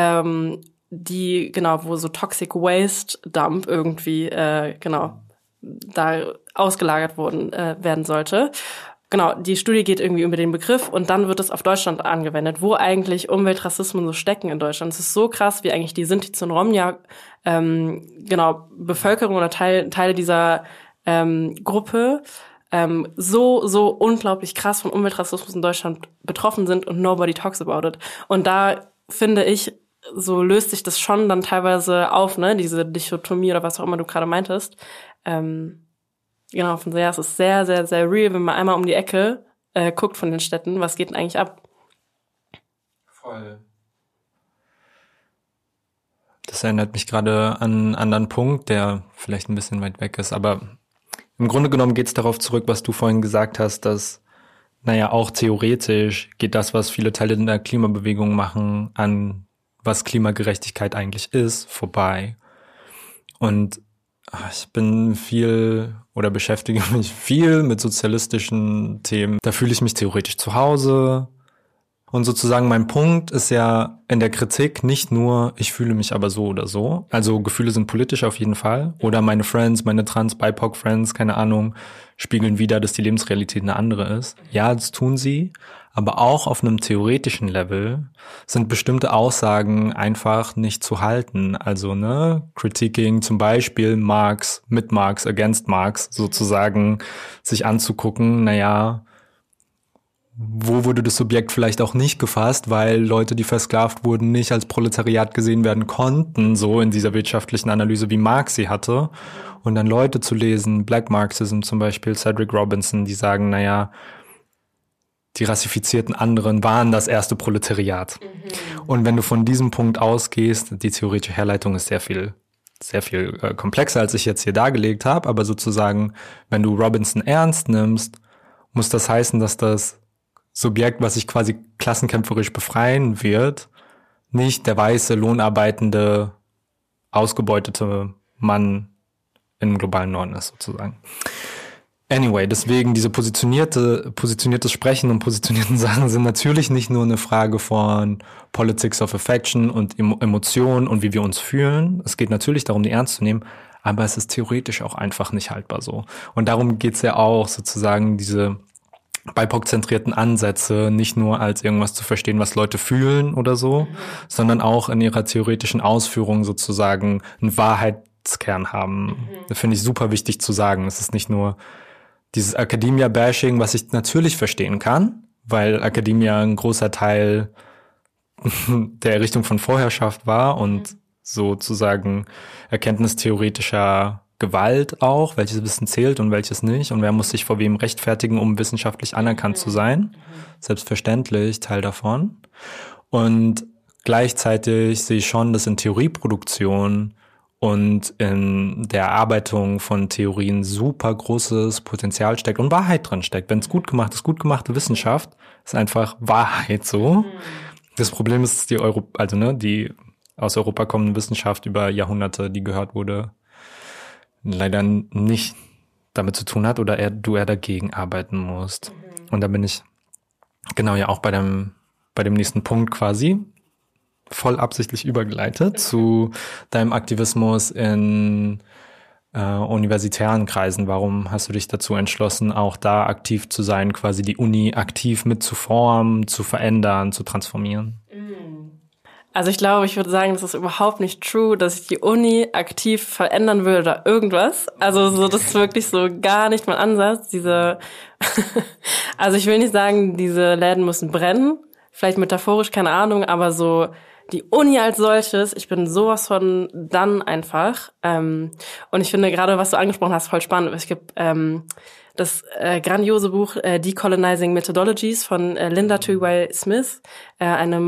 wo so Toxic Waste Dump irgendwie, da ausgelagert werden sollte. Genau, die Studie geht irgendwie über den Begriff und dann wird es auf Deutschland angewendet, wo eigentlich Umweltrassismen so stecken in Deutschland. Es ist so krass, wie eigentlich die Sinti und Romja, Bevölkerung oder Teile dieser Gruppe so unglaublich krass von Umweltrassismus in Deutschland betroffen sind und nobody talks about it. Und da finde ich, so löst sich das schon dann teilweise auf, ne, diese Dichotomie oder was auch immer du gerade meintest. Es ist sehr, sehr, sehr real, wenn man einmal um die Ecke guckt von den Städten, was geht denn eigentlich ab? Voll. Das erinnert mich gerade an einen anderen Punkt, der vielleicht ein bisschen weit weg ist, aber im Grunde genommen geht es darauf zurück, was du vorhin gesagt hast, dass, auch theoretisch geht das, was viele Teile in der Klimabewegung machen, an was Klimagerechtigkeit eigentlich ist, vorbei. Und ich bin beschäftige mich viel mit sozialistischen Themen. Da fühle ich mich theoretisch zu Hause. Und sozusagen mein Punkt ist ja in der Kritik nicht nur, ich fühle mich aber so oder so. Also Gefühle sind politisch auf jeden Fall. Oder meine Friends, meine Trans-BIPOC-Friends, keine Ahnung, spiegeln wider, dass die Lebensrealität eine andere ist. Ja, das tun sie. Aber auch auf einem theoretischen Level sind bestimmte Aussagen einfach nicht zu halten. Also, Critiquing zum Beispiel Marx, mit Marx, against Marx, sozusagen sich anzugucken, wo wurde das Subjekt vielleicht auch nicht gefasst, weil Leute, die versklavt wurden, nicht als Proletariat gesehen werden konnten, so in dieser wirtschaftlichen Analyse, wie Marx sie hatte. Und dann Leute zu lesen, Black Marxism zum Beispiel, Cedric Robinson, die sagen, die rassifizierten anderen waren das erste Proletariat. Und wenn du von diesem Punkt ausgehst, die theoretische Herleitung ist sehr viel komplexer, als ich jetzt hier dargelegt habe, aber sozusagen, wenn du Robinson ernst nimmst, muss das heißen, dass das Subjekt, was sich quasi klassenkämpferisch befreien wird, nicht der weiße, lohnarbeitende, ausgebeutete Mann im globalen Norden ist, sozusagen. Anyway, deswegen diese positioniertes Sprechen und positionierten Sachen sind natürlich nicht nur eine Frage von Politics of Affection und Emotionen und wie wir uns fühlen. Es geht natürlich darum, die ernst zu nehmen, aber es ist theoretisch auch einfach nicht haltbar so. Und darum geht's ja auch, sozusagen diese BIPOC-zentrierten Ansätze nicht nur als irgendwas zu verstehen, was Leute fühlen oder so, sondern auch in ihrer theoretischen Ausführung sozusagen einen Wahrheitskern haben. Das finde ich super wichtig zu sagen. Es ist nicht nur dieses Academia-Bashing, was ich natürlich verstehen kann, weil Academia ein großer Teil der Errichtung von Vorherrschaft war und sozusagen erkenntnistheoretischer Gewalt auch, welches Wissen zählt und welches nicht und wer muss sich vor wem rechtfertigen, um wissenschaftlich anerkannt zu sein. Selbstverständlich Teil davon. Und gleichzeitig sehe ich schon, dass in Theorieproduktion und in der Erarbeitung von Theorien super großes Potenzial steckt und Wahrheit drin steckt. Wenn es gut gemacht ist, gut gemachte Wissenschaft ist einfach Wahrheit so. Das Problem ist, die aus Europa kommende Wissenschaft über Jahrhunderte, die gehört wurde, leider nicht damit zu tun hat oder du eher dagegen arbeiten musst. Und da bin ich genau ja auch bei dem nächsten Punkt quasi voll absichtlich übergeleitet zu deinem Aktivismus in universitären Kreisen. Warum hast du dich dazu entschlossen, auch da aktiv zu sein, quasi die Uni aktiv mitzuformen, zu verändern, zu transformieren? Also ich glaube, ich würde sagen, das ist überhaupt nicht true, dass ich die Uni aktiv verändern würde oder irgendwas. Also so, das ist wirklich so gar nicht mein Ansatz. Also ich will nicht sagen, diese Läden müssen brennen. Vielleicht metaphorisch, keine Ahnung, aber so die Uni als solches, ich bin sowas von dann einfach. Und ich finde gerade, was du angesprochen hast, voll spannend. Es gibt das grandiose Buch Decolonizing Methodologies von Linda Tugwell Smith, eine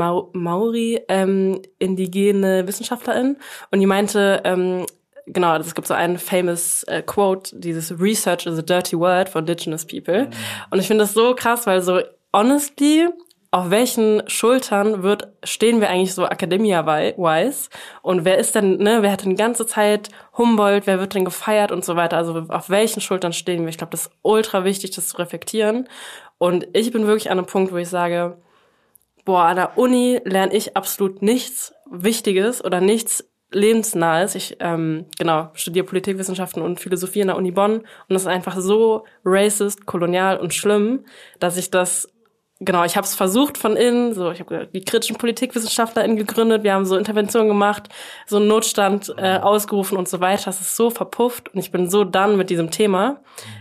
Maori-indigene Wissenschaftlerin. Und die meinte, genau, es gibt so einen famous Quote, dieses Research is a dirty word for indigenous people. Und ich finde das so krass, weil so honestly, auf welchen Schultern stehen wir eigentlich so academia-wise? Und wer ist denn, wer hat denn die ganze Zeit Humboldt, wer wird denn gefeiert und so weiter? Also auf welchen Schultern stehen wir? Ich glaube, das ist ultra wichtig, das zu reflektieren. Und ich bin wirklich an einem Punkt, wo ich sage, an der Uni lerne ich absolut nichts Wichtiges oder nichts Lebensnahes. Ich studiere Politikwissenschaften und Philosophie an der Uni Bonn. Und das ist einfach so racist, kolonial und schlimm, dass ich das ich habe es versucht von innen, so ich habe die kritischen PolitikwissenschaftlerInnen gegründet, wir haben so Interventionen gemacht, so einen Notstand ausgerufen und so weiter. Das ist so verpufft und ich bin so done mit diesem Thema.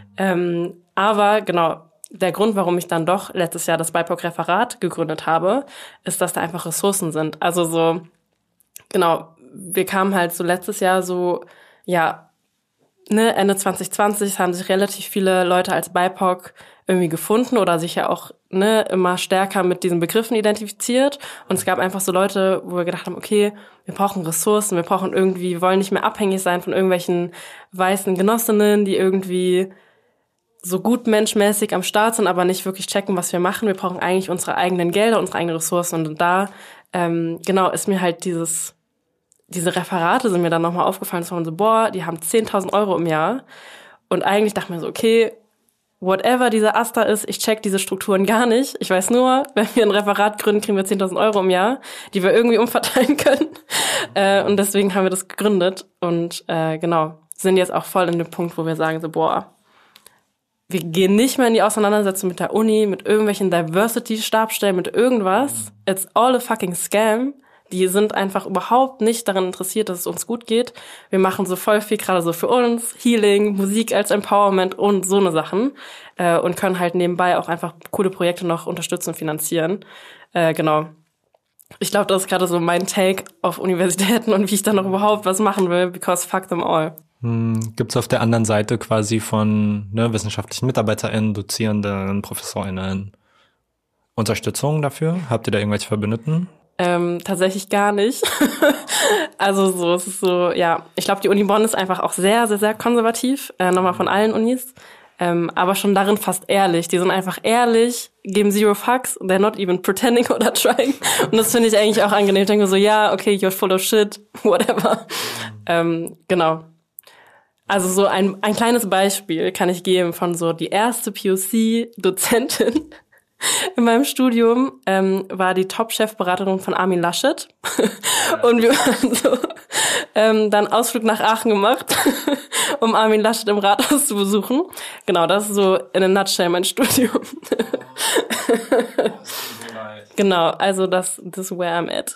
Aber der Grund, warum ich dann doch letztes Jahr das BIPOC-Referat gegründet habe, ist, dass da einfach Ressourcen sind. Also so, wir kamen halt so letztes Jahr so, Ende 2020 haben sich relativ viele Leute als BIPOC irgendwie gefunden oder sich ja auch immer stärker mit diesen Begriffen identifiziert. Und es gab einfach so Leute, wo wir gedacht haben, okay, wir brauchen Ressourcen, wir wollen nicht mehr abhängig sein von irgendwelchen weißen Genossinnen, die irgendwie so gut menschmäßig am Start sind, aber nicht wirklich checken, was wir machen. Wir brauchen eigentlich unsere eigenen Gelder, unsere eigenen Ressourcen. Und da, ist mir halt diese Referate sind mir dann nochmal aufgefallen, so, die haben 10.000 Euro im Jahr. Und eigentlich dachte ich mir so, okay, whatever dieser Aster ist, ich check diese Strukturen gar nicht. Ich weiß nur, wenn wir ein Referat gründen, kriegen wir 10.000 Euro im Jahr, die wir irgendwie umverteilen können. Und deswegen haben wir das gegründet und sind jetzt auch voll in dem Punkt, wo wir sagen so, wir gehen nicht mehr in die Auseinandersetzung mit der Uni, mit irgendwelchen Diversity-Stabstellen, mit irgendwas. It's all a fucking scam. Die sind einfach überhaupt nicht daran interessiert, dass es uns gut geht. Wir machen so voll viel gerade so für uns, Healing, Musik als Empowerment und so eine Sachen und können halt nebenbei auch einfach coole Projekte noch unterstützen und finanzieren. Ich glaube, das ist gerade so mein Take auf Universitäten und wie ich dann noch überhaupt was machen will, because fuck them all. Gibt es auf der anderen Seite quasi von wissenschaftlichen MitarbeiterInnen, Dozierenden, ProfessorInnen Unterstützung dafür? Habt ihr da irgendwelche Verbündeten? Tatsächlich gar nicht. Also so, es ist so, ich glaube, die Uni Bonn ist einfach auch sehr, sehr, sehr konservativ, nochmal von allen Unis, aber schon darin fast ehrlich. Die sind einfach ehrlich, geben zero fucks, they're not even pretending oder trying. Und das finde ich eigentlich auch angenehm. Ich denke so, okay, you're full of shit, whatever. Also so ein kleines Beispiel kann ich geben von so die erste POC-Dozentin, in meinem Studium war die Top-Chefberaterin von Armin Laschet. Und wir waren so, dann Ausflug nach Aachen gemacht, um Armin Laschet im Rathaus zu besuchen. Genau, das ist so in a nutshell mein Studium. Genau, also das is where I'm at.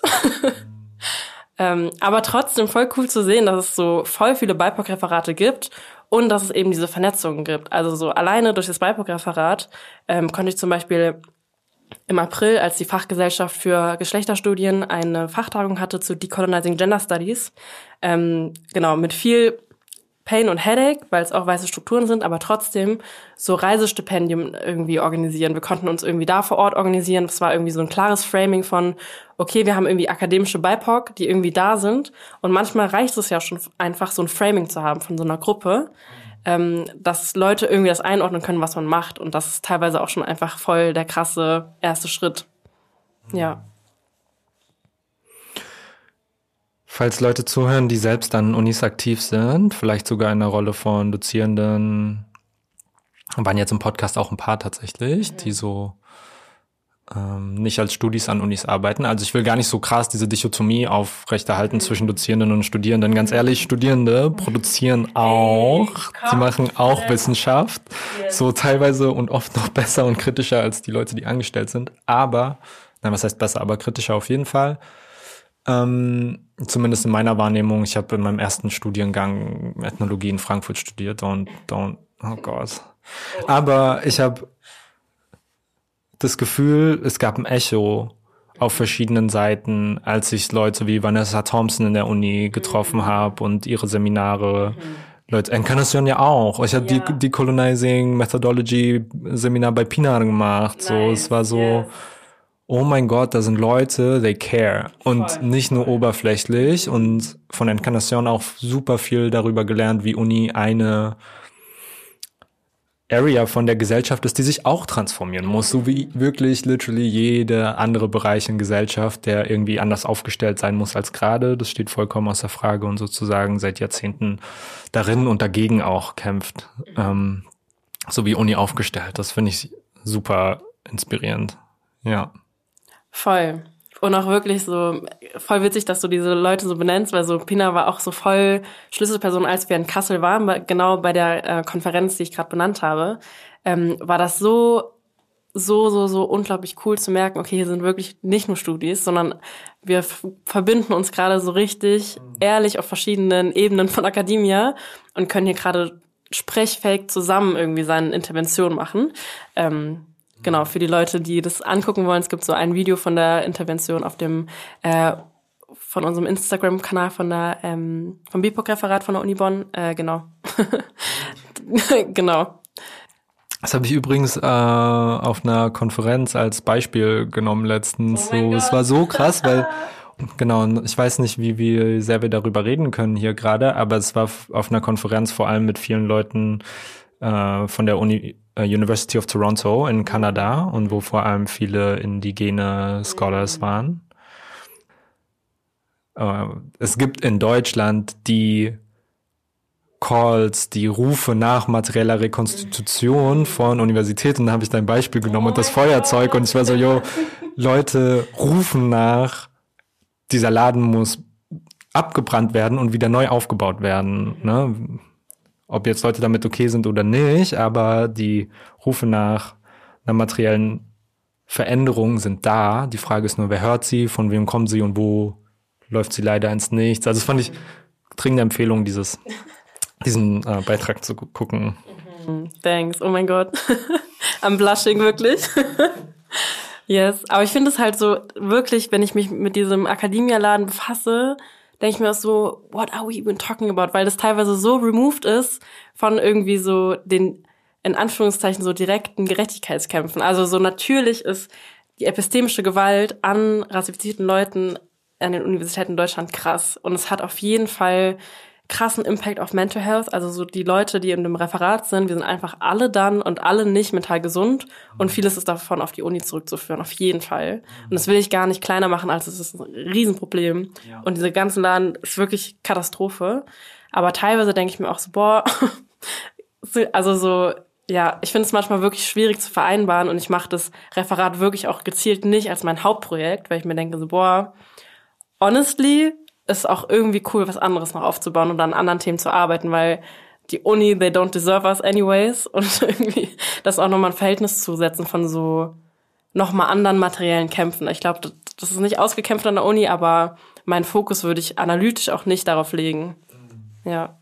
Aber trotzdem voll cool zu sehen, dass es so voll viele BIPOC-Referate gibt und dass es eben diese Vernetzungen gibt. Also so alleine durch das BIPOC-Referat konnte ich zum Beispiel im April, als die Fachgesellschaft für Geschlechterstudien eine Fachtagung hatte zu Decolonizing Gender Studies, genau, mit viel Pain und Headache, weil es auch weiße Strukturen sind, aber trotzdem so Reisestipendien irgendwie organisieren. Wir konnten uns irgendwie da vor Ort organisieren. Das war irgendwie so ein klares Framing von, okay, wir haben irgendwie akademische BIPOC, die irgendwie da sind. Und manchmal reicht es ja schon einfach, so ein Framing zu haben von so einer Gruppe, dass Leute irgendwie das einordnen können, was man macht. Und das ist teilweise auch schon einfach voll der krasse erste Schritt. Ja. Falls Leute zuhören, die selbst an Unis aktiv sind, vielleicht sogar in der Rolle von Dozierenden, waren jetzt im Podcast auch ein paar tatsächlich, die so nicht als Studis an Unis arbeiten. Also ich will gar nicht so krass diese Dichotomie aufrechterhalten zwischen Dozierenden und Studierenden. Ganz ehrlich, Studierende produzieren auch, sie machen auch Wissenschaft, so teilweise und oft noch besser und kritischer als die Leute, die angestellt sind. Aber, nein, was heißt besser, aber kritischer auf jeden Fall. Zumindest in meiner Wahrnehmung, ich habe in meinem ersten Studiengang Ethnologie in Frankfurt studiert und oh Gott. Aber ich habe das Gefühl, es gab ein Echo auf verschiedenen Seiten, als ich Leute wie Vanessa Thompson in der Uni getroffen habe und ihre Seminare. Leute, Encarnacion ja auch. Ich habe die Decolonizing Methodology Seminar bei Pinar gemacht. Nice. So, es war so, oh mein Gott, da sind Leute, they care. Und nicht nur oberflächlich. Und von Encarnacion auch super viel darüber gelernt, wie Uni eine Area von der Gesellschaft ist, die sich auch transformieren muss. So wie wirklich literally jeder andere Bereich in Gesellschaft, der irgendwie anders aufgestellt sein muss als gerade. Das steht vollkommen außer Frage und sozusagen seit Jahrzehnten darin und dagegen auch kämpft. So wie Uni aufgestellt. Das finde ich super inspirierend. Ja. Voll. Und auch wirklich so voll witzig, dass du diese Leute so benennst, weil so Pina war auch so voll Schlüsselperson, als wir in Kassel waren, genau bei der Konferenz, die ich gerade benannt habe, war das so unglaublich cool zu merken, okay, hier sind wirklich nicht nur Studis, sondern wir verbinden uns gerade so richtig ehrlich auf verschiedenen Ebenen von Academia und können hier gerade sprechfähig zusammen irgendwie seine Intervention machen. Genau, für die Leute, die das angucken wollen, es gibt so ein Video von der Intervention auf dem von unserem Instagram-Kanal von der vom BIPOC-Referat von der Uni Bonn. Genau. Genau. Das habe ich übrigens auf einer Konferenz als Beispiel genommen letztens. Oh so, es war so krass, weil genau, ich weiß nicht, wie sehr wir darüber reden können hier gerade, aber es war auf einer Konferenz vor allem mit vielen Leuten von der University of Toronto in Kanada und wo vor allem viele indigene Scholars waren. Es gibt in Deutschland die Calls, die Rufe nach materieller Rekonstitution von Universitäten. Da habe ich dein Beispiel genommen und das Feuerzeug und ich war so, Leute rufen nach, dieser Laden muss abgebrannt werden und wieder neu aufgebaut werden, ne? Ob jetzt Leute damit okay sind oder nicht, aber die Rufe nach einer materiellen Veränderung sind da. Die Frage ist nur, wer hört sie, von wem kommen sie und wo läuft sie leider ins Nichts. Also das fand ich dringende Empfehlung, diesen Beitrag zu gucken. Thanks, oh mein Gott. I'm blushing, wirklich. Yes, aber ich finde es halt so, wirklich, wenn ich mich mit diesem Academia-Laden befasse, denke ich mir auch so, what are we even talking about? Weil das teilweise so removed ist von irgendwie so den, in Anführungszeichen, so direkten Gerechtigkeitskämpfen. Also so natürlich ist die epistemische Gewalt an rassifizierten Leuten an den Universitäten in Deutschland krass. Und es hat auf jeden Fall krassen Impact auf Mental Health. Also so die Leute, die in dem Referat sind, wir sind einfach alle dann und alle nicht mental gesund. Und vieles ist davon auf die Uni zurückzuführen, auf jeden Fall. Und das will ich gar nicht kleiner machen, als es ist ein Riesenproblem. Ja. Und diese ganzen Laden ist wirklich Katastrophe. Aber teilweise denke ich mir auch so, boah, also so, ja, ich finde es manchmal wirklich schwierig zu vereinbaren und ich mache das Referat wirklich auch gezielt nicht als mein Hauptprojekt, weil ich mir denke so, boah, honestly ist auch irgendwie cool, was anderes noch aufzubauen und an anderen Themen zu arbeiten, weil die Uni, they don't deserve us anyways und irgendwie das auch nochmal ein Verhältnis zu setzen von so nochmal anderen materiellen Kämpfen. Ich glaube, das ist nicht ausgekämpft an der Uni, aber meinen Fokus würde ich analytisch auch nicht darauf legen. Ja.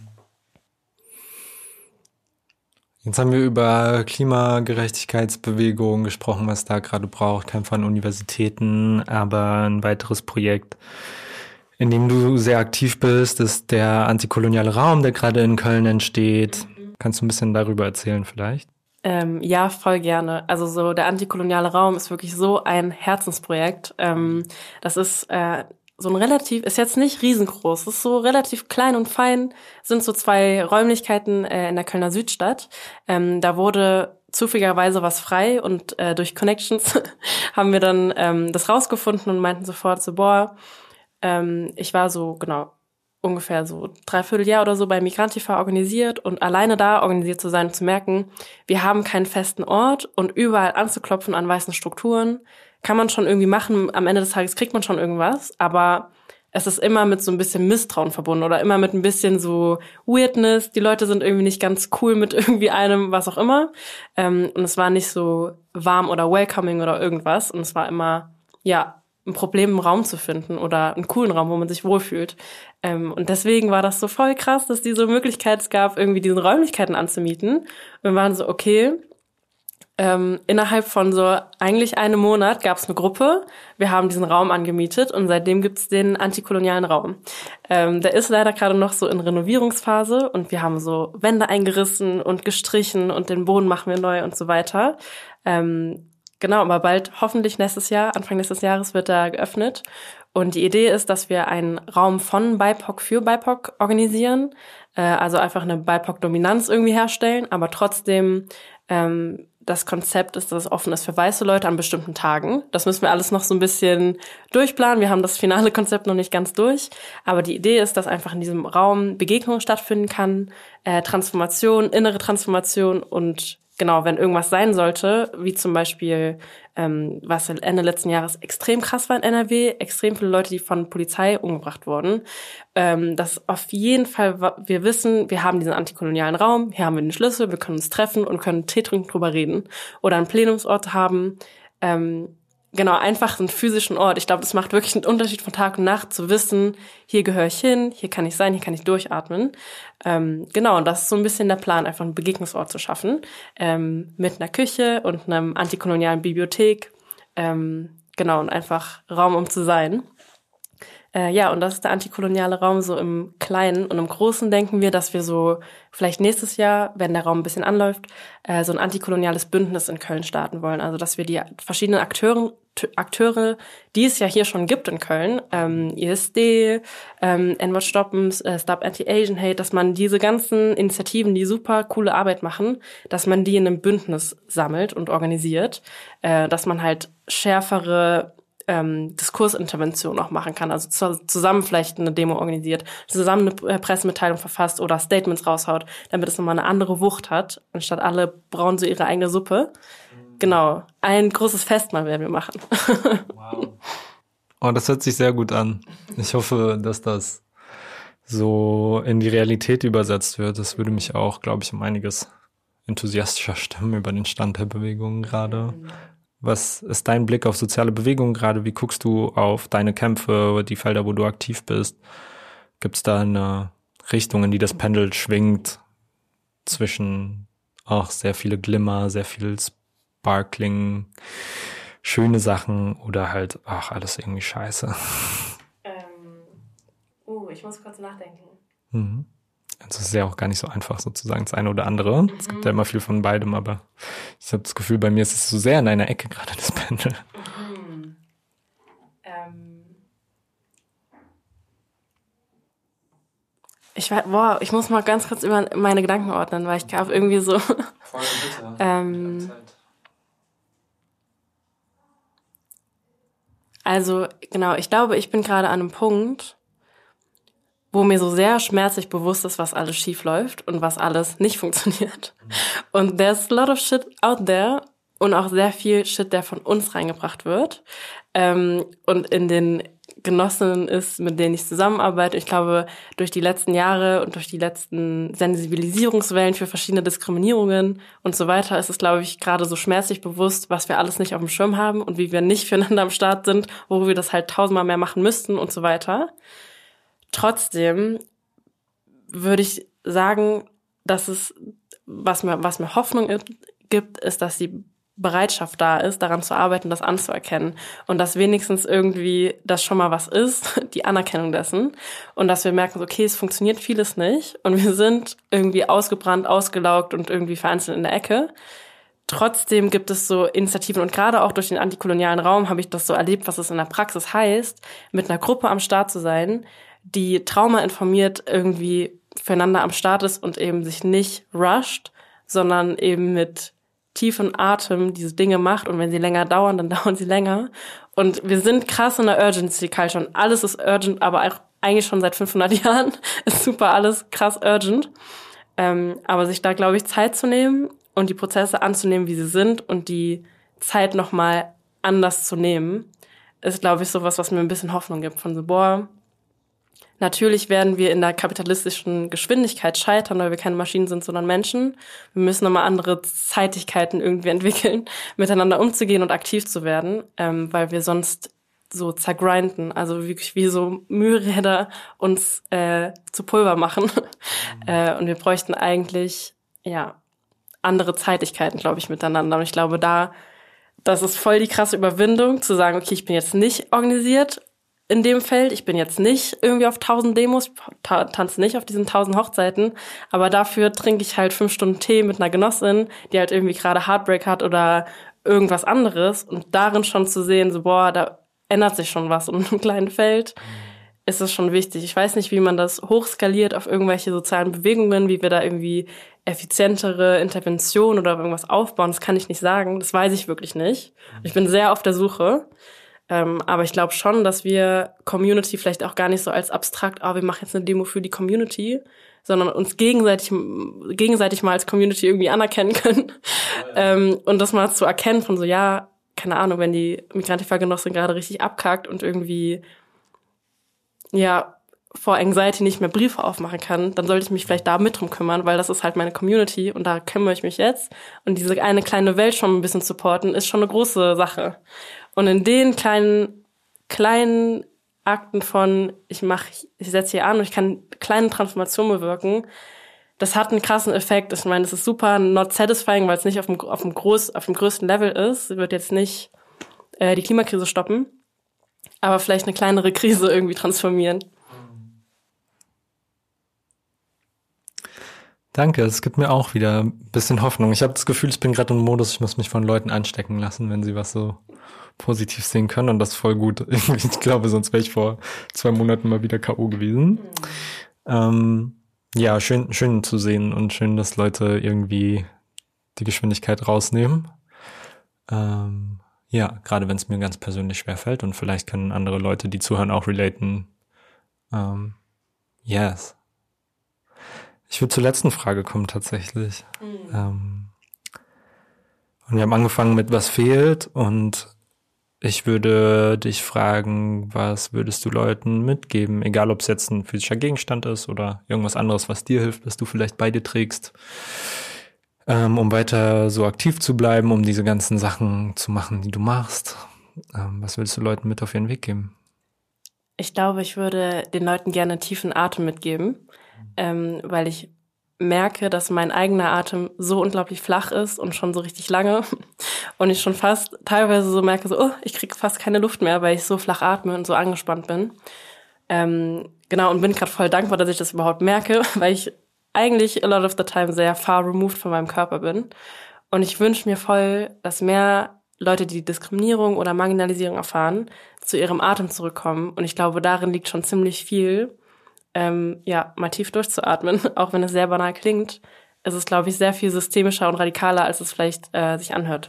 Jetzt haben wir über Klimagerechtigkeitsbewegungen gesprochen, was da gerade braucht, Kämpfe an Universitäten, aber ein weiteres Projekt, in dem du sehr aktiv bist, ist der antikoloniale Raum, der gerade in Köln entsteht. Kannst du ein bisschen darüber erzählen vielleicht? Ja, voll gerne. Also so der antikoloniale Raum ist wirklich so ein Herzensprojekt. Das ist so ein ist jetzt nicht riesengroß, es ist so relativ klein und fein, sind so 2 Räumlichkeiten in der Kölner Südstadt. Da wurde zufälligerweise was frei und durch Connections haben wir dann das rausgefunden und meinten sofort so, boah, ich war so, genau, ungefähr so 3/4 Jahr oder so bei Migrantica organisiert und alleine da organisiert zu sein und zu merken, wir haben keinen festen Ort und überall anzuklopfen an weißen Strukturen, kann man schon irgendwie machen, am Ende des Tages kriegt man schon irgendwas, aber es ist immer mit so ein bisschen Misstrauen verbunden oder immer mit ein bisschen so Weirdness, die Leute sind irgendwie nicht ganz cool mit irgendwie einem, was auch immer, und es war nicht so warm oder welcoming oder irgendwas und es war immer, ja, ein Problem im Raum zu finden oder einen coolen Raum, wo man sich wohlfühlt. Und deswegen war das so voll krass, dass diese Möglichkeit es gab, irgendwie diese Räumlichkeiten anzumieten. Und wir waren so, okay, innerhalb von so eigentlich einem Monat gab es eine Gruppe. Wir haben diesen Raum angemietet und seitdem gibt's den antikolonialen Raum. Der ist leider gerade noch so in Renovierungsphase und wir haben so Wände eingerissen und gestrichen und den Boden machen wir neu und so weiter. Genau, aber bald, hoffentlich Anfang nächstes Jahres wird er geöffnet. Und die Idee ist, dass wir einen Raum von BIPOC für BIPOC organisieren. Also einfach eine BIPOC-Dominanz irgendwie herstellen, aber trotzdem das Konzept ist, dass es offen ist für weiße Leute an bestimmten Tagen. Das müssen wir alles noch so ein bisschen durchplanen. Wir haben das finale Konzept noch nicht ganz durch. Aber die Idee ist, dass einfach in diesem Raum Begegnung stattfinden kann, Transformation, innere Transformation und genau, wenn irgendwas sein sollte, wie zum Beispiel, was Ende letzten Jahres extrem krass war in NRW, extrem viele Leute, die von Polizei umgebracht wurden, dass auf jeden Fall wir wissen, wir haben diesen antikolonialen Raum, hier haben wir den Schlüssel, wir können uns treffen und können Tee trinken, drüber reden. Oder einen Plenumsort haben, genau, einfach einen physischen Ort. Ich glaube, das macht wirklich einen Unterschied von Tag und Nacht, zu wissen, hier gehöre ich hin, hier kann ich sein, hier kann ich durchatmen. Genau, und das ist so ein bisschen der Plan, einfach einen Begegnungsort zu schaffen, mit einer Küche und einem antikolonialen Bibliothek. Genau, und einfach Raum, um zu sein. Ja, und das ist der antikoloniale Raum so im Kleinen. Und im Großen denken wir, dass wir so vielleicht nächstes Jahr, wenn der Raum ein bisschen anläuft, so ein antikoloniales Bündnis in Köln starten wollen. Also dass wir die verschiedenen Akteure, die es ja hier schon gibt in Köln, ISD, N-Wort Stoppen, Stop Anti-Asian Hate, dass man diese ganzen Initiativen, die super coole Arbeit machen, dass man die in einem Bündnis sammelt und organisiert, dass man halt schärfere Diskursintervention auch machen kann, also zusammen vielleicht eine Demo organisiert, zusammen eine Pressemitteilung verfasst oder Statements raushaut, damit es nochmal eine andere Wucht hat, anstatt alle brauen so ihre eigene Suppe. Genau, ein großes Festmahl werden wir machen. Wow. Oh, das hört sich sehr gut an. Ich hoffe, dass das so in die Realität übersetzt wird. Das würde mich auch, glaube ich, um einiges enthusiastischer stimmen über den Stand der Bewegung gerade. Was ist dein Blick auf soziale Bewegungen gerade? Wie guckst du auf deine Kämpfe, die Felder, wo du aktiv bist? Gibt es da eine Richtung, in die das Pendel schwingt zwischen auch sehr viele Glimmer, sehr viel Sparkling, schöne Sachen oder halt, ach, alles irgendwie scheiße? Ich muss kurz nachdenken. Mhm. Also es ist ja auch gar nicht so einfach sozusagen das eine oder andere. Es gibt ja immer viel von beidem, aber ich habe das Gefühl, bei mir ist es so sehr in einer Ecke gerade, das Pendel. Ich muss mal ganz kurz über meine Gedanken ordnen, weil ich glaube irgendwie so... Voll bitte. Also genau, ich glaube, ich bin gerade an einem Punkt, wo mir so sehr schmerzlich bewusst ist, was alles schief läuft und was alles nicht funktioniert. Und there's a lot of shit out there und auch sehr viel Shit, der von uns reingebracht wird. Und in den Genossinnen ist, mit denen ich zusammenarbeite. Ich glaube, durch die letzten Jahre und durch die letzten Sensibilisierungswellen für verschiedene Diskriminierungen und so weiter ist es, glaube ich, gerade so schmerzlich bewusst, was wir alles nicht auf dem Schirm haben und wie wir nicht füreinander am Start sind, wo wir das halt 1000-mal mehr machen müssten und so weiter. Trotzdem würde ich sagen, dass es, was mir Hoffnung gibt, ist, dass die Bereitschaft da ist, daran zu arbeiten, das anzuerkennen. Und dass wenigstens irgendwie das schon mal was ist, die Anerkennung dessen. Und dass wir merken, okay, es funktioniert vieles nicht. Und wir sind irgendwie ausgebrannt, ausgelaugt und irgendwie vereinzelt in der Ecke. Trotzdem gibt es so Initiativen und gerade auch durch den antikolonialen Raum habe ich das so erlebt, was es in der Praxis heißt, mit einer Gruppe am Start zu sein, die traumainformiert irgendwie füreinander am Start ist und eben sich nicht rusht, sondern eben mit tiefen Atem diese Dinge macht und wenn sie länger dauern, dann dauern sie länger. Und wir sind krass in der Urgency Culture und alles ist urgent, aber auch eigentlich schon seit 500 Jahren ist super alles krass urgent. Aber sich da, glaube ich, Zeit zu nehmen und die Prozesse anzunehmen, wie sie sind und die Zeit nochmal anders zu nehmen, ist, glaube ich, sowas, was mir ein bisschen Hoffnung gibt. Von so, boah, natürlich werden wir in der kapitalistischen Geschwindigkeit scheitern, weil wir keine Maschinen sind, sondern Menschen. Wir müssen nochmal andere Zeitigkeiten irgendwie entwickeln, miteinander umzugehen und aktiv zu werden, weil wir sonst so zergrinden, also wirklich wie so Mühlräder uns zu Pulver machen. Und wir bräuchten eigentlich, andere Zeitigkeiten, glaube ich, miteinander. Und ich glaube, das ist voll die krasse Überwindung, zu sagen, okay, ich bin jetzt nicht organisiert in dem Feld, ich bin jetzt nicht irgendwie auf 1000 Demos, tanze nicht auf diesen 1000 Hochzeiten, aber dafür trinke ich halt 5 Stunden Tee mit einer Genossin, die halt irgendwie gerade Heartbreak hat oder irgendwas anderes und darin schon zu sehen, so boah, da ändert sich schon was und in einem kleinen Feld ist es schon wichtig. Ich weiß nicht, wie man das hochskaliert auf irgendwelche sozialen Bewegungen, wie wir da irgendwie effizientere Interventionen oder irgendwas aufbauen, das kann ich nicht sagen, das weiß ich wirklich nicht. Ich bin sehr auf der Suche. Aber ich glaube schon, dass wir Community vielleicht auch gar nicht so als abstrakt, wir machen jetzt eine Demo für die Community, sondern uns gegenseitig mal als Community irgendwie anerkennen können. Und das mal zu erkennen von so, keine Ahnung, wenn die Migrantifa-Genossin gerade richtig abkackt und irgendwie, vor Anxiety nicht mehr Briefe aufmachen kann, dann sollte ich mich vielleicht da mit drum kümmern, weil das ist halt meine Community und da kümmere ich mich jetzt. Und diese eine kleine Welt schon ein bisschen supporten, ist schon eine große Sache. Und in den kleinen Akten von, ich setze hier an und ich kann kleine Transformationen bewirken, das hat einen krassen Effekt. Ich meine, das ist super not satisfying, weil es nicht auf dem größten Level ist. Es wird jetzt nicht die Klimakrise stoppen, aber vielleicht eine kleinere Krise irgendwie transformieren. Danke, es gibt mir auch wieder ein bisschen Hoffnung. Ich habe das Gefühl, ich bin gerade im Modus, ich muss mich von Leuten anstecken lassen, wenn sie was so positiv sehen können und das ist voll gut. Ich glaube, sonst wäre ich vor 2 Monaten mal wieder K.O. gewesen. Schön zu sehen und schön, dass Leute irgendwie die Geschwindigkeit rausnehmen. Gerade wenn es mir ganz persönlich schwerfällt und vielleicht können andere Leute, die zuhören, auch relaten. Yes. Ich würde zur letzten Frage kommen tatsächlich. Und wir haben angefangen mit was fehlt und ich würde dich fragen, was würdest du Leuten mitgeben, egal ob es jetzt ein physischer Gegenstand ist oder irgendwas anderes, was dir hilft, was du vielleicht bei dir trägst, um weiter so aktiv zu bleiben, um diese ganzen Sachen zu machen, die du machst. Was würdest du Leuten mit auf ihren Weg geben? Ich glaube, ich würde den Leuten gerne tiefen Atem mitgeben, weil ich merke, dass mein eigener Atem so unglaublich flach ist und schon so richtig lange und ich schon fast teilweise so merke, ich kriege fast keine Luft mehr, weil ich so flach atme und so angespannt bin. Und bin gerade voll dankbar, dass ich das überhaupt merke, weil ich eigentlich a lot of the time sehr far removed von meinem Körper bin. Und ich wünsche mir voll, dass mehr Leute, die Diskriminierung oder Marginalisierung erfahren, zu ihrem Atem zurückkommen. Und ich glaube, darin liegt schon ziemlich viel, mal tief durchzuatmen, auch wenn es sehr banal klingt. Es ist, glaube ich, sehr viel systemischer und radikaler, als es vielleicht sich anhört.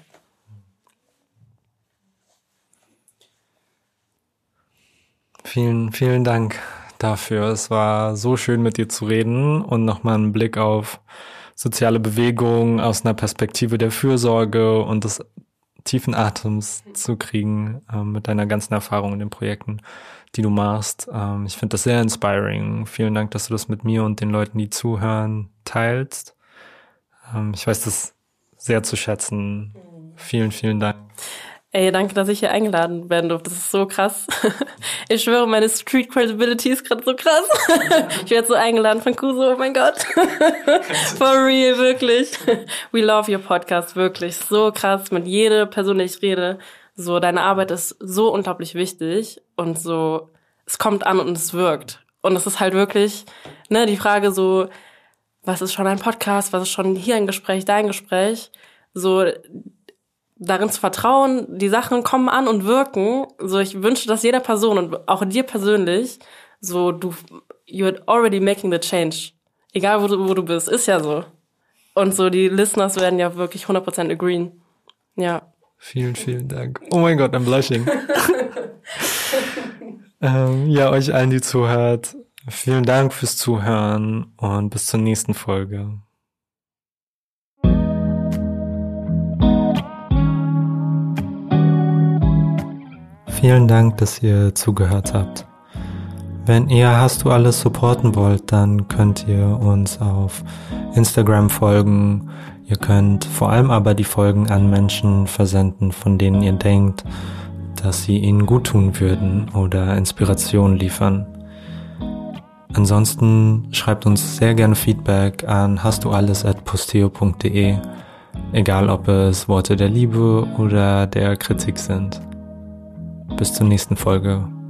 Vielen, vielen Dank. dafür. Es war so schön, mit dir zu reden und nochmal einen Blick auf soziale Bewegung aus einer Perspektive der Fürsorge und des tiefen Atems zu kriegen mit deiner ganzen Erfahrung in den Projekten, die du machst. Ich finde das sehr inspiring. Vielen Dank, dass du das mit mir und den Leuten, die zuhören, teilst. Ich weiß das sehr zu schätzen. Vielen, vielen Dank. Ey, danke, dass ich hier eingeladen werden durfte. Das ist so krass. Ich schwöre, meine Street Credibility ist gerade so krass. Ich werde so eingeladen von Kuso, oh mein Gott. For real, wirklich. We love your podcast, wirklich. So krass, mit jeder Person, die ich rede. So, deine Arbeit ist so unglaublich wichtig und so, es kommt an und es wirkt. Und es ist halt wirklich, ne, die Frage so, was ist schon ein Podcast, was ist schon hier ein Gespräch, da ein Gespräch? So, darin zu vertrauen, die Sachen kommen an und wirken. So, ich wünsche, dass jeder Person und auch dir persönlich, so, you're already making the change. Egal, wo du bist, ist ja so. Und so, die Listeners werden ja wirklich 100% agreeen. Ja. Vielen, vielen Dank. Oh mein Gott, I'm blushing. Ja, euch allen, die zuhört, vielen Dank fürs Zuhören und bis zur nächsten Folge. Vielen Dank, dass ihr zugehört habt. Wenn ihr Hast du alles supporten wollt, dann könnt ihr uns auf Instagram folgen. Ihr könnt vor allem aber die Folgen an Menschen versenden, von denen ihr denkt, dass sie ihnen gut tun würden oder Inspiration liefern. Ansonsten schreibt uns sehr gerne Feedback an hastdualles@posteo.de, egal ob es Worte der Liebe oder der Kritik sind. Bis zur nächsten Folge.